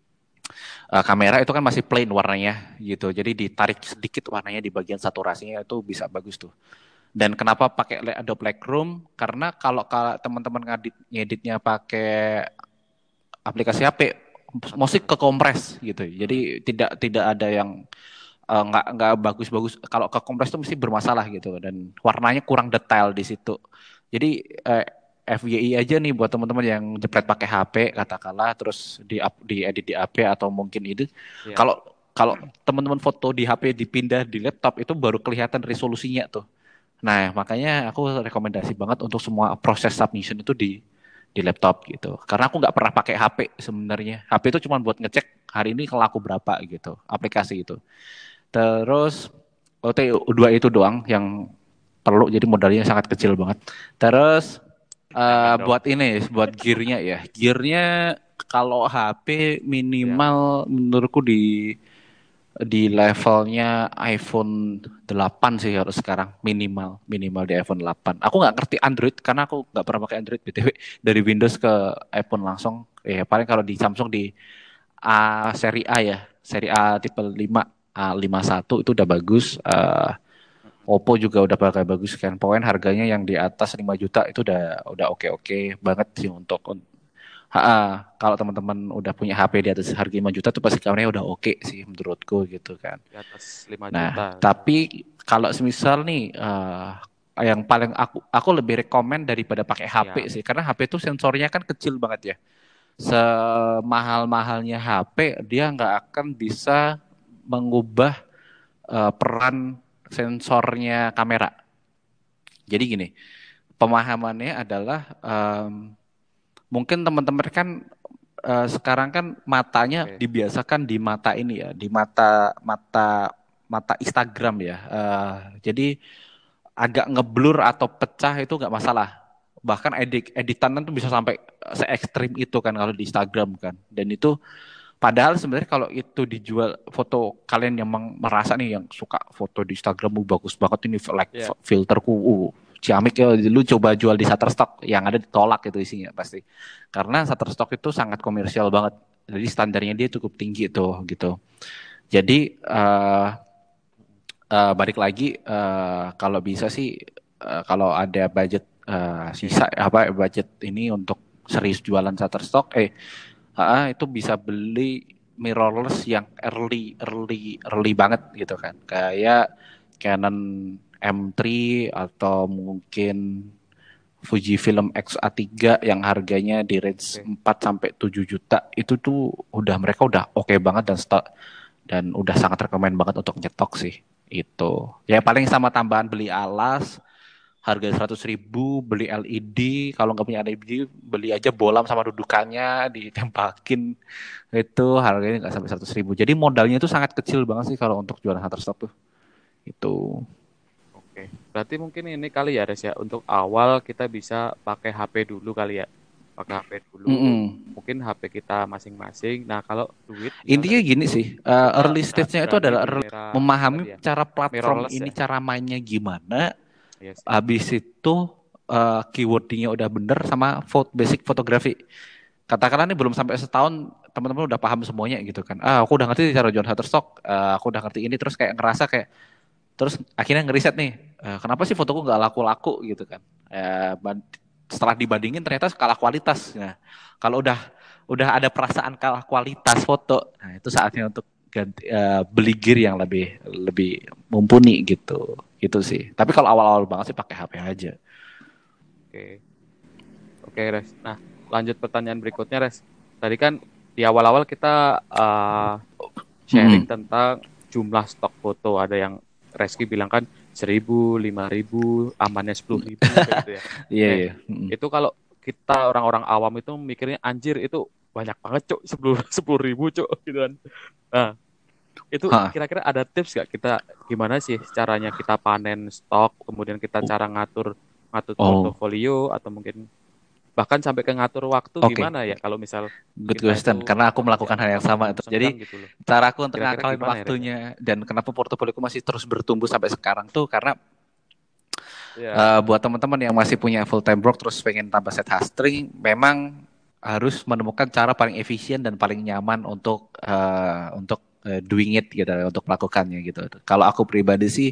uh, kamera itu kan masih plain warnanya gitu. Jadi ditarik sedikit warnanya di bagian saturasinya itu bisa bagus tuh. Dan kenapa pakai Adobe Lightroom? Karena kalau kalau teman-teman ngedit ngeditnya pakai aplikasi H P, musik kekompres gitu. Jadi tidak tidak ada yang uh, nggak nggak bagus-bagus. Kalau kekompres itu mesti bermasalah gitu dan warnanya kurang detail di situ. Jadi uh, F Y I aja nih buat teman-teman yang jepret pakai H P katakanlah terus di di edit di H P atau mungkin itu Iya. kalau kalau teman-teman foto di H P dipindah di laptop itu baru kelihatan resolusinya tuh. Nah, makanya aku rekomendasi banget untuk semua proses submission itu di di laptop gitu. Karena aku nggak pernah pakai H P sebenarnya. H P itu cuma buat ngecek hari ini laku berapa gitu, aplikasi itu. Terus O T dua itu doang yang perlu, jadi modalnya sangat kecil banget. Terus uh, buat ini, buat gearnya ya. Gearnya kalau H P minimal ya, menurutku di di levelnya iPhone delapan sih harus sekarang minimal minimal di iPhone delapan. Aku nggak ngerti Android karena aku nggak pernah pakai Android B T W dari Windows ke iPhone langsung. Eh paling kalau di Samsung di A seri A ya, seri A tipe lima A lima puluh satu itu udah bagus. Uh, Oppo juga udah pakai bagus kan. Pokoknya harganya yang di atas lima juta itu udah udah oke-oke banget sih untuk Ha, kalau teman-teman udah punya H P di atas harga lima juta tuh pasti kameranya udah oke sih menurutku gitu kan. Di atas lima Nah, juta. tapi kalau semisal nih uh, yang paling aku aku lebih rekomen daripada pakai H P Ya. sih, karena H P tuh sensornya kan kecil banget ya. Semahal-mahalnya H P dia nggak akan bisa mengubah uh, peran sensornya kamera. Jadi gini, pemahamannya adalah um, mungkin teman-teman kan uh, sekarang kan matanya Oke. dibiasakan di mata ini ya, di mata mata mata Instagram ya. Uh, jadi agak ngeblur atau pecah itu nggak masalah. Bahkan edit editan tuh bisa sampai se ekstrim itu kan kalau di Instagram kan. Dan itu padahal sebenarnya kalau itu dijual foto kalian yang merasa nih yang suka foto di Instagram uh, bagus banget ini like yeah. filterku uh, ciamik ya, lu coba jual di Shutterstock yang ada ditolak itu isinya pasti. Karena Shutterstock itu sangat komersial banget. Jadi standarnya dia cukup tinggi tuh gitu. Jadi uh, uh, balik lagi uh, kalau bisa sih uh, kalau ada budget uh, sisa apa budget ini untuk serius jualan Shutterstock eh uh, itu bisa beli mirrorless yang early early early banget gitu kan. Kayak Canon M tiga atau mungkin Fujifilm X A tiga yang harganya di range okay. empat sampai tujuh juta itu tuh udah mereka udah oke okay banget dan st- dan udah sangat rekomen banget untuk nyetok sih itu. Ya paling sama tambahan beli alas harga seratus ribu, beli L E D, kalau nggak punya L E D beli aja bolam sama dudukannya ditempakin itu harganya nggak sampai seratus ribu. Jadi modalnya itu sangat kecil banget sih kalau untuk jualan Shutterstock tuh. Itu. Oke, berarti mungkin ini kali ya Res ya, untuk awal kita bisa pakai H P dulu kali ya, pakai H P dulu, mm-hmm. mungkin H P kita masing-masing. Nah kalau duit, intinya gini sih, uh, early stage-nya itu adalah early, memahami ya, cara platform ini, ya? Cara mainnya gimana, yes, habis itu uh, keywordnya udah bener sama foto, basic fotografi. Katakanlah ini belum sampai setahun, teman-teman udah paham semuanya gitu kan. Ah, aku udah ngerti cara jual Shutterstock, uh, aku udah ngerti ini, terus kayak ngerasa kayak terus akhirnya ngeriset nih, uh, kenapa sih fotoku nggak laku-laku gitu kan? Uh, setelah dibandingin ternyata kalah kualitas. Nah, kalau udah udah ada perasaan kalah kualitas foto, nah itu saatnya untuk ganti uh, beli gear yang lebih lebih mumpuni gitu, gitu sih. Tapi kalau awal-awal banget sih pakai H P aja. Oke, oke Res. Nah, lanjut pertanyaan berikutnya Res. Tadi kan di awal-awal kita uh, sharing hmm. tentang jumlah stok foto, ada yang Reski bilang kan seribu, lima ribu, amannya sepuluh ribu gitu ya. Iya, yeah, yeah. mm. Itu kalau kita orang-orang awam itu mikirnya anjir itu banyak banget cok, sepuluh sepuluh ribu cok gitu kan. Nah, itu huh. kira-kira ada tips gak kita gimana sih caranya kita panen stok, kemudian kita cara ngatur ngatur oh. portofolio atau mungkin bahkan sampai ke ngatur waktu Oke, gimana ya kalau misal good kita question. itu Karena aku ya melakukan hal yang sama itu. Jadi senggang gitu loh. caraku untuk Kira-kira ngakalin gimana ya Ren? waktunya dan kenapa portofolioku masih terus bertumbuh sampai sekarang tuh karena Ya, eh, buat teman-teman yang masih punya full time work terus pengen tambah set hustling, memang harus menemukan cara paling efisien dan paling nyaman untuk eh, untuk eh, doing it gitu, untuk melakukannya gitu. Kalau aku pribadi sih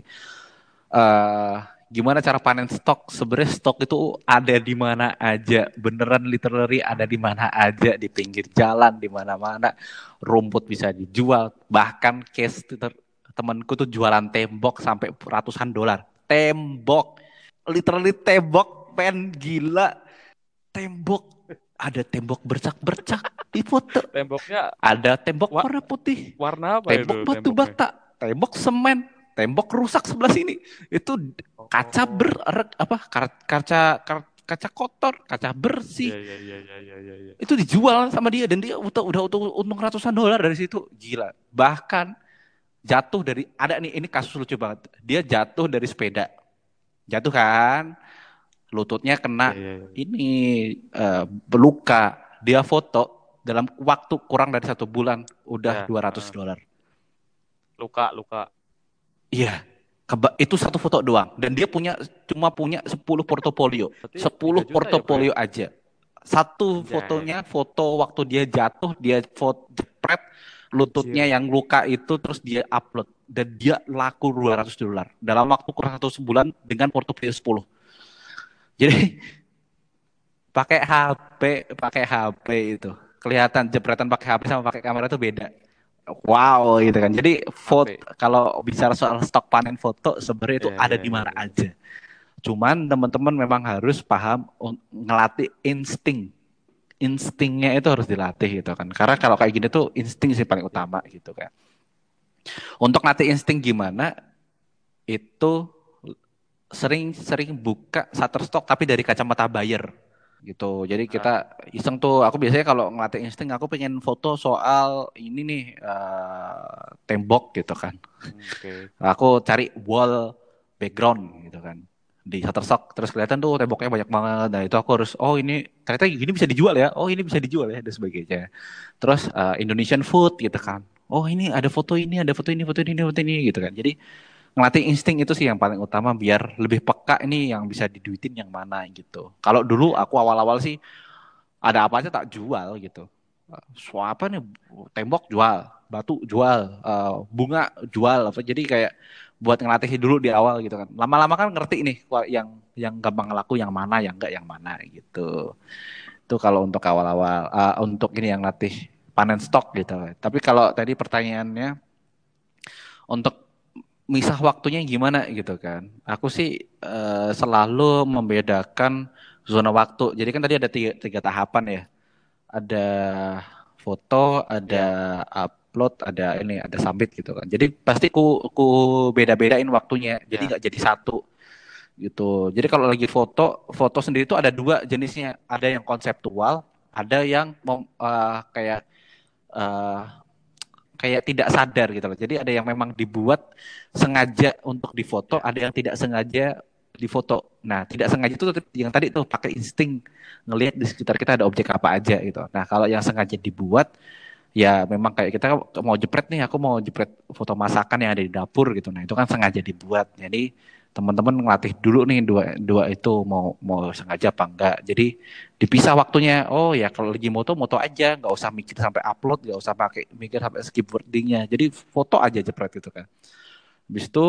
eh gimana cara panen stok? Sebenarnya stok itu ada di mana aja, beneran literally ada di mana aja, di pinggir jalan, di mana-mana. Rumput bisa dijual, bahkan case ter- temanku tuh jualan tembok sampai ratusan dolar. Tembok, literally tembok, pen gila, tembok. Ada tembok bercak-bercak di foto. temboknya Ada tembok wa- warna putih, warna apa itu tembok batu temboknya? bata, tembok semen, tembok rusak sebelah sini. Itu kaca ber Oh, apa kaca kaca kaca kotor, kaca bersih. iya iya iya iya iya iya. Iya. Itu dijual sama dia dan dia udah udah untung ratusan dolar dari situ. Gila. Bahkan jatuh dari ada nih ini kasus lucu banget. Dia jatuh dari sepeda. Jatuh kan, lututnya Iya kena iya iya. ini eh, luka. Dia foto dalam waktu kurang dari satu bulan udah Ya, dua ratus heeh. dolar. Luka luka. Iya, keba- itu satu foto doang. Dan dia punya cuma punya sepuluh portofolio. Berarti tiga Sepuluh juta ya, Bro ya? portofolio aja. Satu Anjay. fotonya, foto waktu dia jatuh, dia foto jepret lututnya Anjir. yang luka itu terus dia upload. Dan dia laku dua ratus dolar. Dalam waktu kurang satu sebulan dengan portofolio sepuluh. Jadi pakai H P, pakai H P itu. Kelihatan jepretan pakai H P sama pakai kamera itu beda. Wow gitu kan. Jadi foto H P. kalau bicara soal stok panen foto sebenarnya itu Iya ada iya di iya mana iya. aja. Cuman teman-teman memang harus paham un- ngelatih insting. Instingnya itu harus dilatih gitu kan. Karena kalau kayak gini tuh insting sih paling Iya. utama gitu kan. Untuk latih insting gimana? Itu sering-sering buka Shutterstock tapi dari kacamata buyer gitu. Jadi Ah, kita iseng tuh, aku biasanya kalau ngelatih insting aku pengen foto soal ini nih eh, tembok gitu kan. hmm, oke. Aku cari wall background gitu kan di Shutterstock terus kelihatan tuh temboknya banyak banget. Nah itu aku harus oh ini ternyata gini bisa dijual ya. Oh ini bisa dijual ya dan sebagainya. Terus eh, Indonesian food gitu kan. Oh ini ada foto ini, ada foto ini, foto ini, foto ini gitu kan. Jadi ngelatih insting itu sih yang paling utama biar lebih peka ini yang bisa diduitin yang mana gitu. Kalau dulu Iya. aku awal-awal sih ada apa aja tak jual gitu. Eh, So apa nih tembok jual, batu jual, eh, bunga jual apa. Jadi kayak buat ngelatih dulu di awal gitu kan. Lama-lama kan ngerti nih wah, yang yang gampang laku yang mana, yang enggak yang mana gitu. Itu kalau untuk awal-awal eh, untuk ini yang latih panen stok gitu. Tapi kalau tadi pertanyaannya untuk misah waktunya gimana gitu kan. Aku sih eh, selalu membedakan zona waktu. Jadi kan tadi ada tiga, tiga tahapan ya. Ada foto, ada Iya. upload, ada ini, ada submit gitu kan. Jadi pasti ku ku beda-bedain waktunya. Jadi Iya. nggak jadi satu gitu. Jadi kalau lagi foto, foto sendiri itu ada dua jenisnya. Ada yang konseptual, ada yang mem- eh, kayak eh, kayak tidak sadar gitu loh. Jadi ada yang memang dibuat sengaja untuk difoto, Iya. ada yang tidak sengaja difoto. Nah, tidak sengaja itu yang tadi tuh pakai insting ngelihat di sekitar kita ada objek apa aja gitu. Nah, kalau yang sengaja dibuat ya memang kayak kita mau jepret nih, aku mau jepret foto masakan yang ada di dapur gitu. Nah, itu kan sengaja dibuat. Jadi teman-teman ngelatih dulu nih dua dua itu mau mau sengaja apa enggak. Jadi dipisah waktunya. Oh ya kalau lagi moto moto aja, nggak usah mikir sampai upload, nggak usah pakai mikir sampai skip wordingnya. Jadi foto aja jepret itu kan. Habis itu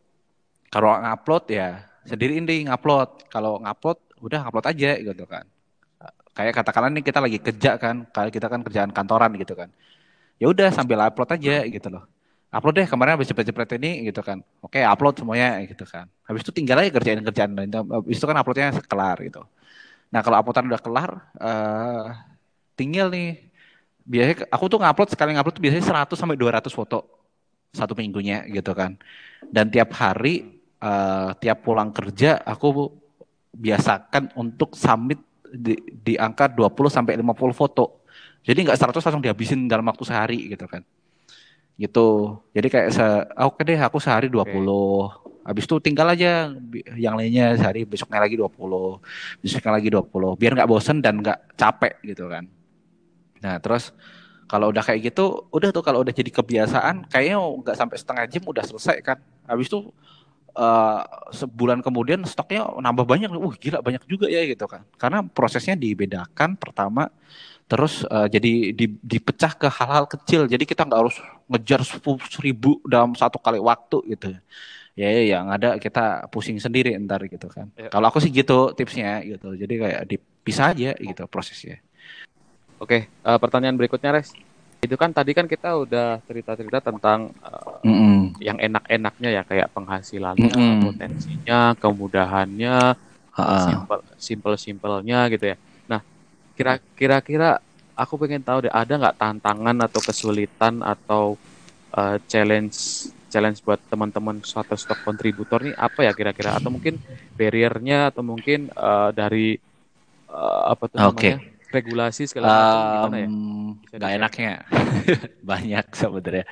kalau ngupload ya sendiriin deh ngupload. Kalau ngupload udah ngupload aja gitu kan. Kayak katakanlah nih kita lagi kerja kan, kayak kita kan kerjaan kantoran gitu kan. Ya udah sambil upload aja gitu loh. Upload deh kemarin habis jepret-jepret ini gitu kan. Oke, upload semuanya gitu kan. Habis itu tinggal aja kerjain kerjaan lain. Habis itu kan uploadnya kelar gitu. Nah, kalau uploadan udah kelar, eh tinggal nih. Biasanya aku tuh ngupload sekali ngupload tuh biasanya seratus sampai dua ratus foto satu minggunya gitu kan. Dan tiap hari Hmm. eh, tiap pulang kerja aku biasakan untuk submit di, di angka dua puluh sampai lima puluh foto. Jadi nggak seratus langsung dihabisin dalam waktu sehari gitu kan. gitu. Jadi kayak se oke deh aku sehari dua Oke. puluh. Habis itu tinggal aja bi- yang lainnya sehari, besoknya lagi dua puluh. Besoknya lagi dua puluh. Biar nggak bosen dan nggak capek gitu kan. Nah, terus kalau udah kayak gitu, udah tuh kalau udah jadi kebiasaan, kayaknya nggak sampai setengah jam udah selesai kan. Habis itu eh, sebulan kemudian stoknya nambah banyak, uh gila banyak juga ya gitu kan. Karena prosesnya dibedakan pertama, terus eh, jadi di- dipecah ke hal-hal kecil. Jadi kita nggak harus ngejar sepuluh ribu dalam satu kali waktu gitu. Ya, ya yang ada kita pusing sendiri ntar gitu kan. Ya. Kalau aku sih gitu tipsnya gitu. Jadi kayak dipisah aja gitu prosesnya. Oke, eh, pertanyaan berikutnya, Res. Itu kan tadi kan kita udah cerita-cerita tentang eh, Mm-mm. yang enak-enaknya ya, kayak penghasilannya, Mm-mm. potensinya, kemudahannya, eh, Ha-ha. simpel simpel-simpelnya gitu ya. Nah, kira kira-kira aku pengen tahu deh, ada nggak tantangan atau kesulitan atau eh, challenge challenge buat teman-teman Shutterstock kontributor nih apa ya kira-kira, atau mungkin barriernya, atau mungkin eh, dari eh, apa tuh namanya, Oke. regulasi segala macam, Em, gimana ya, bisa nggak di-share nggak? enaknya banyak sebenarnya.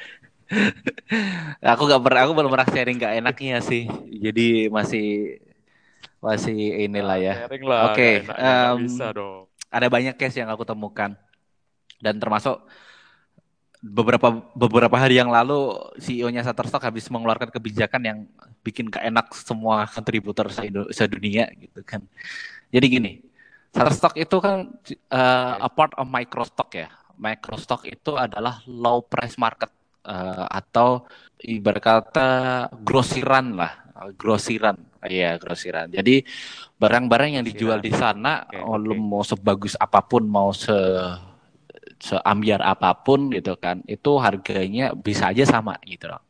Aku nggak pernah, aku belum pernah sharing nggak enaknya sih. Jadi masih masih inilah Ah, ya. sharing lah, gak Oke, enaknya nggak em, bisa dong. ada banyak case yang aku temukan dan termasuk beberapa beberapa hari yang lalu C E O-nya Shutterstock habis mengeluarkan kebijakan yang bikin gak enak semua kontributor se- sedunia gitu kan. Jadi gini, Shutterstock itu kan uh, Oke, a part of Microstock ya. Microstock itu adalah low price market uh, atau ibarat kata grosiran lah, uh, grosiran. Iya, grosiran. Jadi barang-barang yang dijual grosiran. di sana, Oke, oh, lu oke. mau sebagus apapun, mau se seambiar apapun gitu kan, itu harganya bisa aja sama gitu loh.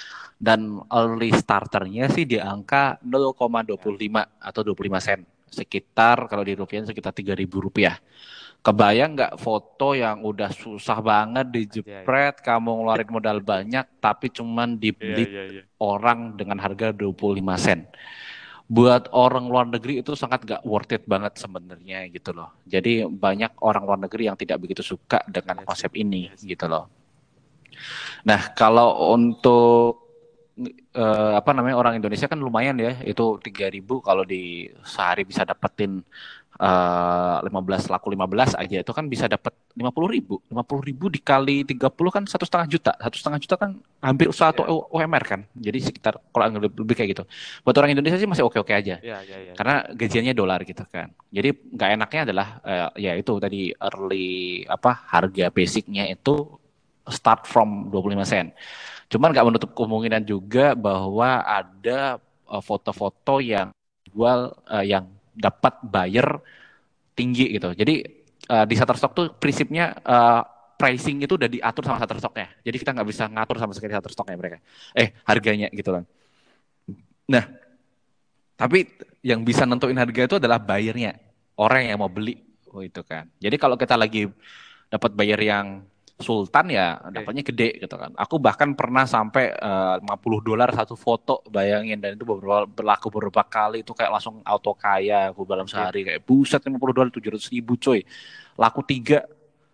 Dan early starternya sih di angka nol koma dua Ya, lima atau dua puluh lima sen. Sekitar kalau di rupiah sekitar tiga ribu rupiah. Kebayang nggak foto yang udah susah banget aja ya. dijepret, kamu ngeluarin modal banyak, tapi cuman Iya, dibeli iya, iya. orang dengan harga dua puluh lima sen. Buat orang luar negeri itu sangat gak worth it banget sebenarnya gitu loh. Jadi banyak orang luar negeri yang tidak begitu suka dengan Iya sih, konsep iya ini sih. gitu loh. Nah, kalau untuk eh, apa namanya orang Indonesia kan lumayan ya, itu tiga ribu kalau di sehari bisa dapetin eh, lima belas laku lima belas aja itu kan bisa dapat lima puluh ribu. lima puluh ribu dikali tiga puluh kan satu setengah juta. Satu setengah juta kan hampir satu Iya, U M R kan. Jadi sekitar kalau lebih, lebih kayak gitu. Buat orang Indonesia sih masih oke-oke aja. iya, iya, iya, iya. Karena gajiannya dolar gitu kan. Jadi nggak enaknya adalah eh, ya itu tadi early apa harga basicnya itu start from dua puluh lima sen. Cuman nggak menutup kemungkinan juga bahwa ada eh, foto-foto yang jual eh, yang dapat buyer tinggi gitu. Jadi eh, di Shutterstock tuh prinsipnya eh, pricing itu udah diatur sama Shutterstocknya. Jadi kita nggak bisa ngatur sama sekali Shutterstocknya mereka. Eh harganya gitu kan. Nah tapi yang bisa nentuin Oke, harga itu adalah buyernya, orang yang mau beli. Oh itu kan. Jadi kalau kita lagi dapat buyer yang sultan ya oke. dapatnya gede gitu kan. Aku bahkan pernah sampai eh, lima puluh dolar satu foto bayangin dan itu beberapa, berlaku beberapa kali itu kayak langsung auto kaya aku dalam Oke. sehari kayak buset lima puluh dolar tujuh ratus ribu coy. Laku tiga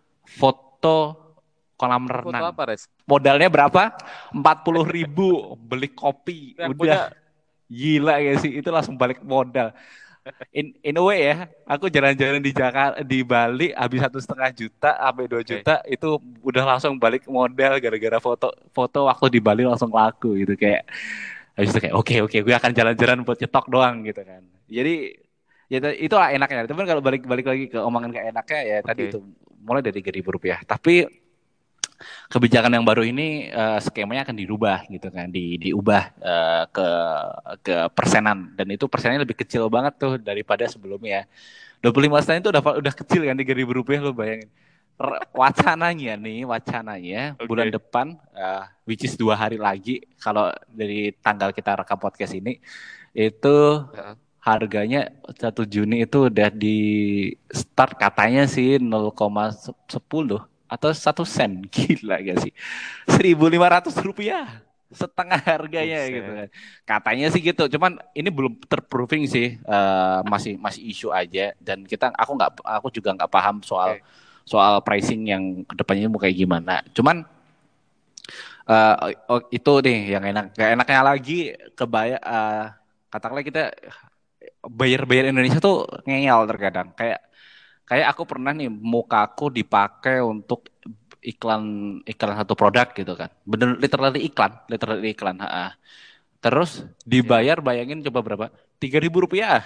foto kolam Itu foto renang. apa, Res? Modalnya berapa? Empat puluh ribu beli kopi. Itu yang Udah punya. gila ya sih itu langsung balik modal. In, in a way ya, aku jalan-jalan di Jakarta, di Bali, habis satu setengah juta sampai dua Oke. juta itu udah langsung balik modal gara-gara foto foto waktu di Bali langsung laku gitu kayak habis itu kayak oke okay, oke okay, gue akan jalan-jalan buat nyetok doang gitu kan. Jadi ya itu lah enaknya. Tapi kalau balik balik lagi ke omongan kayak enaknya ya tadi Oke. itu mulai dari tiga ribu rupiah. Tapi kebijakan yang baru ini uh, skemanya akan dirubah gitu kan, di diubah uh, ke ke persenan dan itu persennya lebih kecil banget tuh daripada sebelumnya. dua puluh lima sen itu udah udah kecil kan tiga ribu rupiah lu bayangin. Wacananya nih, wacananya bulan Oke. depan uh, which is dua hari lagi kalau dari tanggal kita rekam podcast ini itu Ya. harganya satu Juni itu udah di start katanya sih nol koma sepuluh atau satu sen. Gila gak sih? seribu lima ratus rupiah setengah harganya gitu Buset. kan. Katanya sih gitu. Cuman ini belum terproving sih. Eh, masih masih isu aja dan kita aku nggak aku juga nggak paham soal Oke. soal pricing yang kedepannya mau kayak gimana. Cuman Eh, oh, itu nih yang enak. Gak enaknya lagi kebaya eh, katakanlah kita bayar-bayar Indonesia tuh ngeyel terkadang. Kayak kayak aku pernah nih mukaku dipakai untuk iklan iklan satu produk gitu kan. Bener literally iklan, literally iklan. Ha-ha. Terus Ya, dibayar bayangin coba berapa? Tiga ribu rupiah.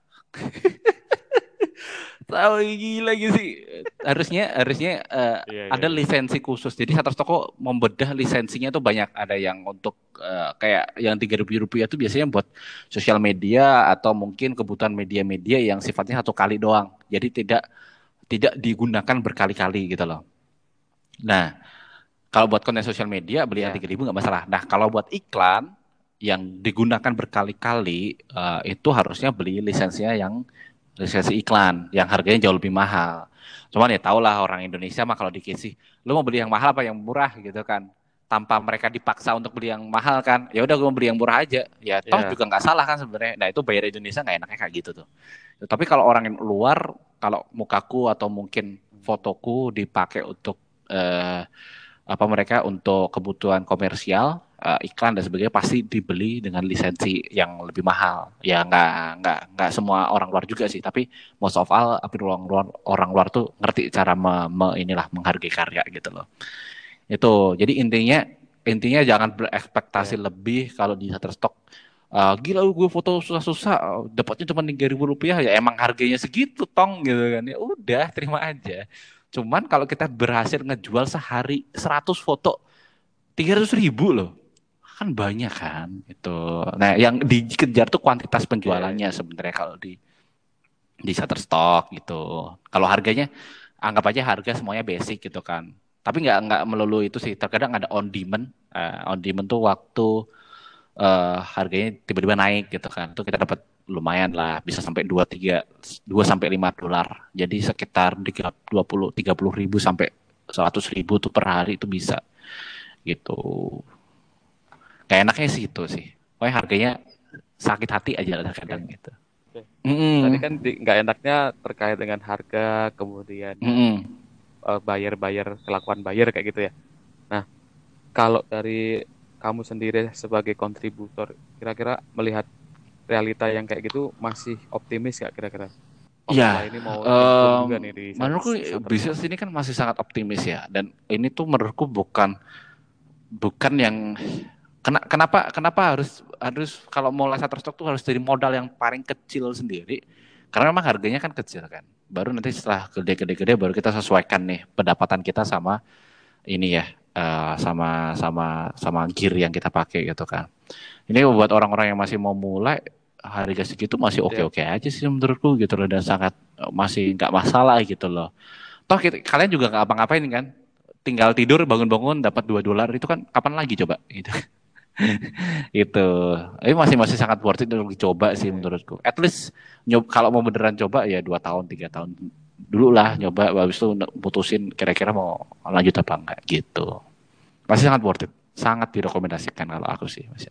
Tahu gila gitu sih. Harusnya harusnya eh, iya, iya, ada iya. lisensi khusus. Jadi Shutterstock kok membedah lisensinya tuh banyak. Ada yang untuk eh, kayak yang tiga ribu rupiah itu biasanya buat sosial media atau mungkin kebutuhan media-media yang sifatnya satu kali doang. Jadi tidak tidak digunakan berkali-kali gitu loh. Nah, kalau buat konten sosial media beli yang Ya, tiga ribu nggak masalah. Nah, kalau buat iklan yang digunakan berkali-kali eh, itu harusnya beli lisensinya yang lisensi iklan yang harganya jauh lebih mahal. Cuman ya tau lah orang Indonesia mah kalau dikasih, lu mau beli yang mahal apa yang murah gitu kan. Tanpa mereka dipaksa untuk beli yang mahal kan. Ya udah gue mau beli yang murah aja. Ya toh ya, juga nggak salah kan sebenarnya. Nah, itu bayar Indonesia nggak enaknya kayak gitu tuh. Tapi kalau orang yang luar, kalau mukaku atau mungkin fotoku dipakai untuk eh, apa mereka untuk kebutuhan komersial, eh, iklan dan sebagainya pasti dibeli dengan lisensi yang lebih mahal. Ya nggak nggak nggak semua orang luar juga sih, tapi most of all tapi orang luar orang luar tuh ngerti cara me, me- inilah menghargai karya gitu loh. Itu. Jadi intinya intinya jangan berekspektasi ya. lebih kalau di Shutterstock. Uh, gila gue foto susah-susah uh, dapatnya cuma tiga ribu rupiah ya emang harganya segitu tong gitu kan ya udah terima aja. Cuman kalau kita berhasil ngejual sehari seratus foto tiga ratus ribu loh kan banyak kan itu. Nah yang dikejar tuh kuantitas Iya, iya. penjualannya sebenarnya kalau di di Shutterstock gitu. Kalau harganya anggap aja harga semuanya basic gitu kan. Tapi nggak nggak melulu itu sih. Terkadang ada on demand. Eh, on demand tuh waktu eh, harganya tiba-tiba naik gitu kan. Itu kita dapat lumayan lah, bisa sampai dua tiga dua sampai lima dolar. Jadi sekitar dua puluh tiga puluh ribu sampai seratus ribu tuh per hari itu bisa gitu. Kayak enaknya sih itu sih. Pokoknya harganya sakit hati aja lah Oke, kadang gitu. oke. Tadi Mm-mm. kan di- nggak enaknya terkait dengan harga, kemudian Mm-mm. eh, bayar-bayar, kelakuan bayar kayak gitu ya. Nah, kalau dari kamu sendiri sebagai kontributor, kira-kira melihat realita yang kayak gitu masih optimis nggak kira-kira? Oh, Ya, setelah ini mau nyemplung em, juga nih di menurutku Shutterstock. bisnis ini kan masih sangat optimis ya. Dan ini tuh menurutku bukan bukan yang kena- kenapa kenapa harus harus kalau mau mulai Shutterstock tuh harus dari modal yang paling kecil sendiri. Karena memang harganya kan kecil kan. Baru nanti setelah gede-gede-gede baru kita sesuaikan nih pendapatan kita sama ini ya eh, sama sama sama gear yang kita pakai gitu kan. Ini buat orang-orang yang masih mau mulai harga segitu masih Ya, oke-oke aja sih menurutku gitu loh dan sangat eh, masih nggak masalah gitu loh. Toh kita, kalian juga nggak apa-ngapain kan? Tinggal tidur bangun-bangun dapat dua dolar itu kan kapan lagi coba gitu. Itu. Ini masih masih sangat worth it untuk dicoba sih ya, ya. menurutku. At least nyob, kalau mau beneran coba ya dua tahun tiga tahun dulu lah nyoba habis itu putusin kira-kira mau lanjut apa enggak gitu. Masih sangat worth it. Sangat direkomendasikan kalau aku sih. Mas.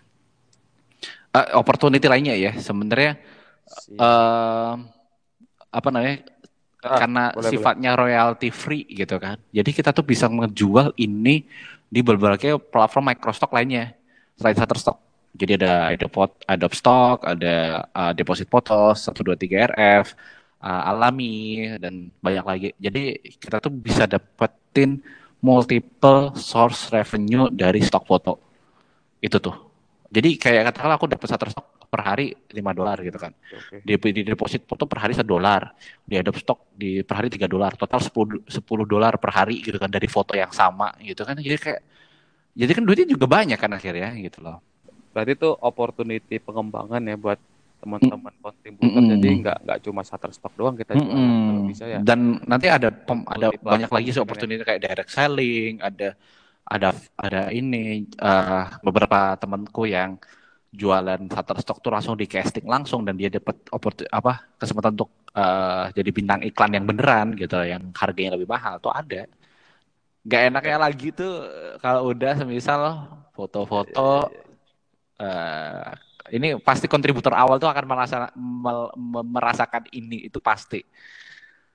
Eh, opportunity lainnya ya sebenarnya Siap. eh apa namanya Ah, karena boleh, boleh. sifatnya royalty free gitu kan. Jadi kita tuh bisa menjual ini di berbagai platform microstock lainnya selain Shutterstock. Jadi ada Adobe, Adobe Stock, ada uh, Deposit Photos, satu dua tiga R F, uh, Alami dan banyak lagi. Jadi kita tuh bisa dapetin multiple source revenue dari stok foto. Itu tuh. Jadi kayak katakanlah aku dapat Shutterstock per hari lima dolar gitu kan. Oke, oke. Di, di deposit foto per hari satu dolar. Di Adobe Stock di per hari tiga dolar. Total sepuluh sepuluh dolar per hari gitu kan dari foto yang sama gitu kan. Jadi kayak jadi kan duitnya juga banyak kan akhirnya gitu loh. Berarti itu opportunity pengembangan ya buat Mm, teman-teman kontributor. Jadi mm-mm. nggak nggak cuma Shutterstock doang kita jualan. Kalau Mm-mm. bisa ya Dan nanti ada pem, ada multi banyak platform lagi sih mungkin kan ya. opportunity kayak direct selling, ada ada ada ini eh, beberapa temanku yang jualan Shutterstock tuh langsung di casting langsung dan dia dapat opportunity apa kesempatan untuk eh, jadi bintang iklan yang beneran gitu yang harganya lebih mahal tuh ada. Gak Ya, enaknya lagi tuh kalau udah semisal ya, ya, ya, foto-foto ya. eh, ini pasti kontributor awal tuh akan merasa mel- merasakan ini itu pasti.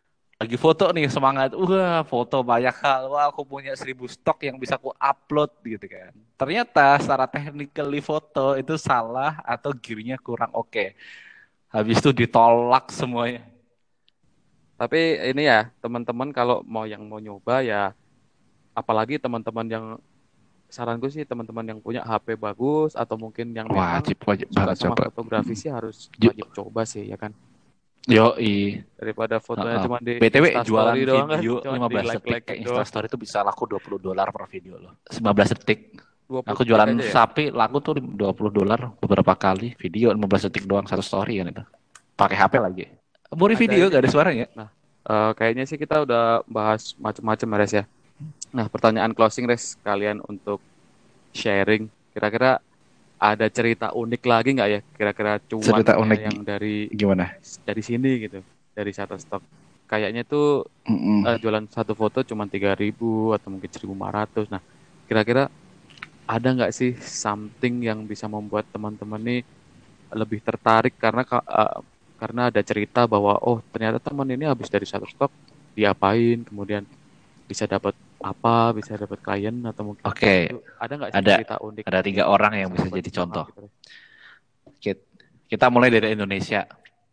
lagi foto nih semangat, wah foto banyak hal, wah aku punya seribu stok yang bisa aku upload gitu kan. Ternyata secara technically foto itu salah atau gearnya kurang oke. Habis itu ditolak semuanya. Tapi ini ya, teman-teman kalau mau yang mau nyoba ya, apalagi teman-teman yang saranku sih teman-teman yang punya H P bagus atau mungkin yang memang Wajib, wajib suka banget sama coba. fotografi sih harus Ju- wajib coba sih ya kan. Yoi. Daripada fotonya Heeh. cuma di B T W Insta jualan Story doang kan, video cuma lima di belas detik like-like ke doang. Instastory itu bisa laku dua puluh dolar per video loh. lima belas detik. dua puluh Aku detik jualan aja ya. sapi laku tuh dua puluh dolar beberapa kali. Video lima belas detik doang satu story kan itu. Pakai H P lagi. Muri Ada video ini gak ada nih. suaranya. Nah, eh, kayaknya sih kita udah bahas macam-macam ya, Res ya. Nah, pertanyaan closing Res kalian untuk sharing. Kira-kira ada cerita unik lagi nggak ya? Kira-kira Cerita cuannya unik yang dari gimana? dari sini gitu, dari Shutterstock. Kayaknya tuh Mm-mm. eh, jualan satu foto cuma tiga ribu atau mungkin seribu lima ratus. Nah, kira-kira ada nggak sih something yang bisa membuat teman-teman nih lebih tertarik karena ka- eh, karena ada cerita bahwa oh ternyata teman ini habis dari Shutterstock diapain, kemudian bisa dapat apa, bisa dapat klien atau mungkin apa Oke, itu. Ada nggak sih ada cerita unik ada tiga yang orang yang bisa bisa membuat jadi semangat contoh. gitu? Res? Kit- Kita mulai dari Indonesia.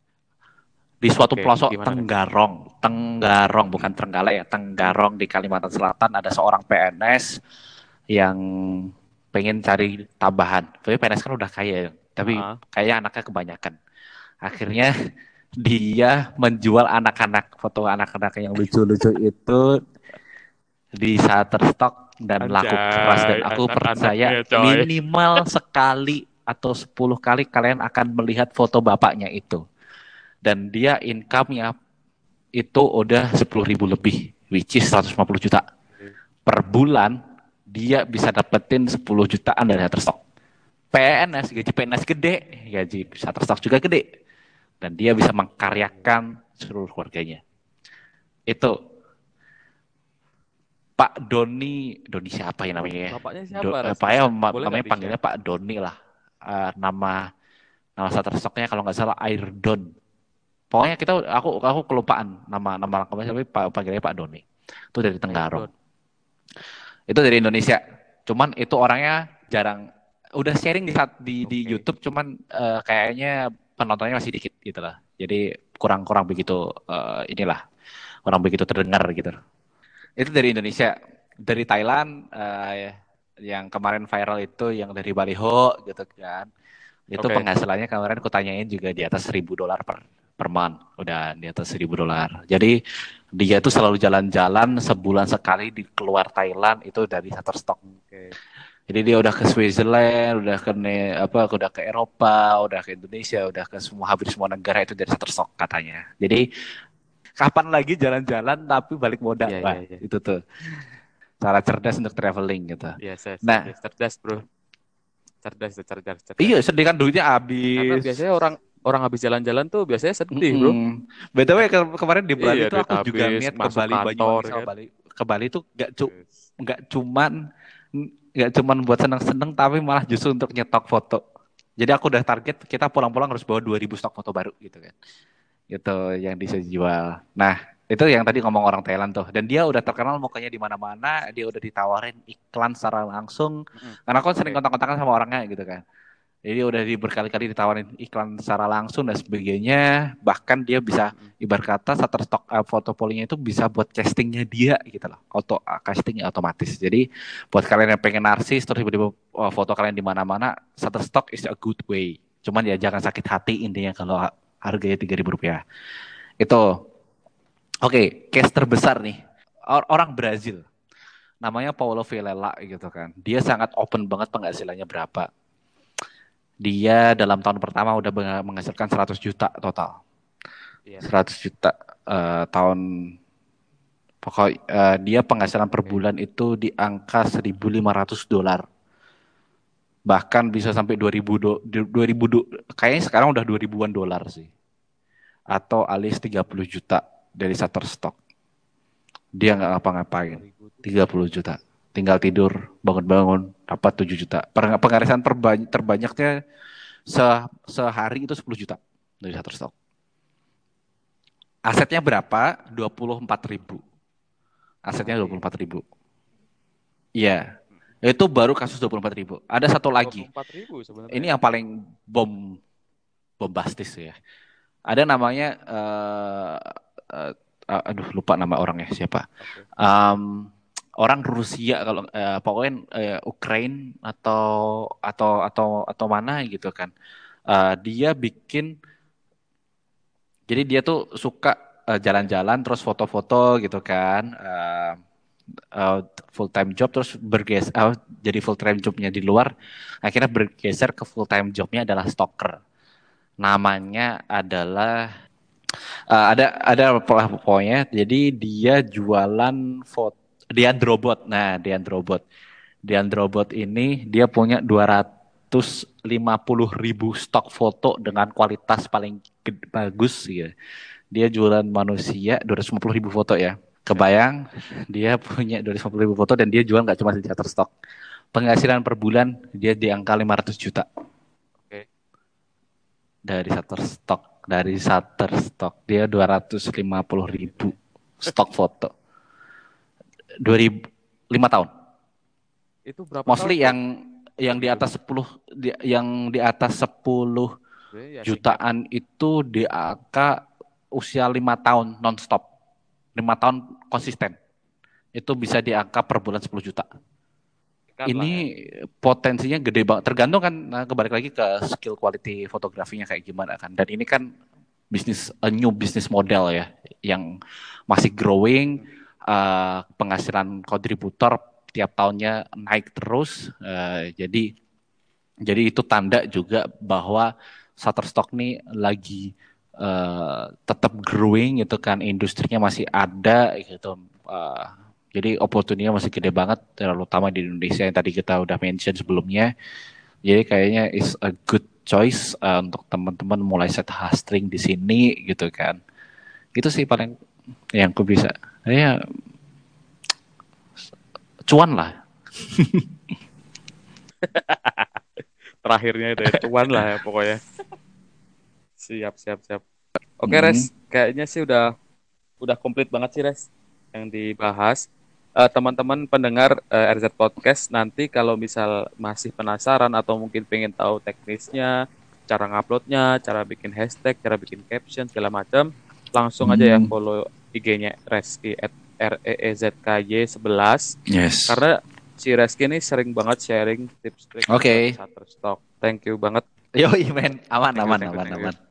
Di suatu Oke, pelosok gimana Res? Tenggarong, Tenggarong bukan Trenggalek ya, Tenggarong di Kalimantan Selatan ada seorang P N S yang pengen cari tambahan. Tapi P N S kan udah kaya, ya, tapi Heeh. kayak anaknya kebanyakan. Akhirnya dia menjual anak-anak, foto anak-anak yang lucu-lucu itu di Shutterstock dan laku keras. Dan Anjay, aku percaya anak-anaknya coy. minimal sekali atau sepuluh kali kalian akan melihat foto bapaknya itu. Dan dia income-nya itu udah sepuluh ribu lebih, which is seratus lima puluh juta. Per bulan, dia bisa dapetin sepuluh jutaan dari Shutterstock. P N S, gaji P N S gede, gaji Shutterstock juga gede. Dan dia bisa mengkaryakan seluruh keluarganya. Itu Pak Doni, Doni siapa ya namanya ya? Bapaknya Do, siapa, eh, Res? Pak ya, Bisa, boleh namanya nggak di-share? panggilnya Pak Doni lah. Eh, nama nama Shutterstocknya kalau nggak salah Airdon. Pokoknya kita aku aku kelupaan nama nama lengkapnya tapi Pak panggilnya Pak Doni. Itu dari Tenggarong. Airdon. Itu dari Indonesia. Cuman itu orangnya jarang udah sharing di di, di Oke. YouTube cuman eh, kayaknya penontonnya masih dikit gitu lah. Jadi kurang-kurang begitu eh, inilah kurang begitu terdengar gitu. Itu dari Indonesia. Dari Thailand eh, yang kemarin viral itu yang dari Baliho gitu kan. Itu Oke. penghasilannya kemarin aku tanyain juga di atas seribu dolar per per month, udah di atas seribu dolar. Jadi dia tuh selalu jalan-jalan sebulan sekali di keluar Thailand itu dari Shutterstock. Oke. Jadi dia udah ke Switzerland, udah ke ne, apa, udah ke Eropa, udah ke Indonesia, udah ke semua hampir semua negara itu dari Shutterstock katanya. Jadi kapan lagi jalan-jalan tapi balik modal, Iya, iya, wah iya. itu tuh cara cerdas untuk traveling gitu. Iya, saya Nah, cerdas, cerdas, bro. Cerdas, tuh, cerdas, cerdas. iya sedih kan duitnya Karena habis. biasanya orang orang habis jalan-jalan tuh biasanya sedih, bro. Mm-mm. B T W ke- kemarin di Iya, Bali tuh duit aku juga habis, niat ke masuk Bali kantor Banyuwangi sama kan. Bali. Ke Bali tuh gak cu Yes. nggak cuman nggak cuman buat seneng-seneng tapi malah justru untuk nyetok foto. Jadi aku udah target kita pulang-pulang harus bawa dua ribu stok foto baru gitu kan. Itu yang bisa dijual. Nah, itu yang tadi ngomong orang Thailand tuh. Dan dia udah terkenal mukanya di mana-mana, dia udah ditawarin iklan secara langsung. Mm-mm. Karena aku sering Oke. kontak-kontakan sama orangnya gitu kan. Jadi udah di berkali-kali ditawarin iklan secara langsung dan sebagainya. Bahkan dia bisa Mm-mm. ibarat kata Shutterstock uh, foto polinya itu bisa buat castingnya dia gitu loh. Auto uh, casting otomatis. Jadi buat kalian yang pengen narsis terus tiba-tiba uh, foto kalian di mana-mana, Shutterstock is a good way. Cuman ya jangan sakit hati intinya kalau ha- harganya tiga ribu rupiah. Itu. Oke, case terbesar nih. Or- orang Brazil. Namanya Paulo Villela gitu kan. Dia sangat open banget penghasilannya berapa. Dia dalam tahun pertama udah menghasilkan seratus juta total. Iya. seratus juta eh, tahun pokok eh, dia penghasilan per Oke. bulan itu di angka seribu lima ratus dolar. Bahkan bisa sampai dua ribu do, dua ribu do, kayaknya sekarang udah dua ribuan dolar sih. Atau alias tiga puluh juta dari Shutterstock. Dia nggak ngapa-ngapain. dua ribu tuh. tiga puluh juta. Tinggal tidur, bangun-bangun, dapat tujuh juta. Penghasilan terbanyak, terbanyaknya se sehari itu sepuluh juta dari Shutterstock. Asetnya berapa? dua puluh empat ribu. Asetnya Sehari dua puluh ya. empat ribu. Iya. Itu baru kasus dua puluh empat ribu. Ada satu dua puluh lagi. empat ribu sebenarnya Ini ya. yang paling bom bombastis ya. Ada namanya eh eh, eh, aduh lupa nama orangnya siapa. Oke. Em, orang Rusia kalau eh, pokoknya eh, Ukraine atau atau atau atau mana gitu kan. Eh, dia bikin jadi dia tuh suka eh, jalan-jalan terus foto-foto gitu kan. Eh, eh, full time job terus bergeser eh, jadi full time jobnya di luar akhirnya bergeser ke full time jobnya adalah stalker. Namanya adalah eh, ada ada po- pokoknya jadi dia jualan foto dia Androbot. Nah, dia Androbot. Di Androbot ini dia punya dua ratus lima puluh ribu stok foto dengan kualitas paling ged- bagus gitu. Dia jualan manusia dua ratus lima puluh ribu foto ya. Ya. Kebayang dia punya dua ratus lima puluh ribu foto dan dia jual nggak cuma di Shutterstock. Penghasilan per bulan dia di angka lima ratus juta Oke. dari Shutterstock. Dari Shutterstock dia dua ratus lima puluh ribu stok foto. dua ribu lima tahun. Itu berapa tahun Mostly tuh yang yang di hidup? atas sepuluh di, yang di atas sepuluh Sebenarnya ya singkat. jutaan itu di angka usia lima tahun nonstop. lima tahun konsisten. Itu bisa di angka per bulan sepuluh juta. Singkat lah Ini ya. potensinya gede banget. Tergantung kan nah, kembali lagi ke skill quality fotografinya kayak gimana kan. Dan ini kan bisnis a new business model ya yang masih growing, uh, penghasilan kontributor tiap tahunnya naik terus. Uh, jadi jadi itu tanda juga bahwa Shutterstock nih lagi uh, tetap growing gitu kan, industrinya masih ada gitu. Uh, jadi opportunity-nya masih gede banget, terutama di Indonesia yang tadi kita udah mention sebelumnya. Jadi kayaknya is a good choice uh, untuk teman-teman mulai set hustling di sini gitu kan. Itu sih paling yang aku bisa. Ya cuan lah. Terakhirnya itu ya cuan lah ya pokoknya. Siap, siap, siap. Oke, Hmm. Res, kayaknya sih udah udah komplit banget sih, Res, yang dibahas. Eh, teman-teman pendengar eh, R Z Podcast, nanti kalau misal masih penasaran atau mungkin pengen tahu teknisnya, cara nguploadnya, cara bikin hashtag, cara bikin caption segala macam, langsung aja ya Hmm. follow I G-nya Reski at R E E Z K Y sebelas. Yes. Karena si Reski ini sering banget sharing tips trik Oke. buat Shutterstock. Thank you banget. Yo, men, aman, Thank you, aman, thank you, aman, thank you. aman.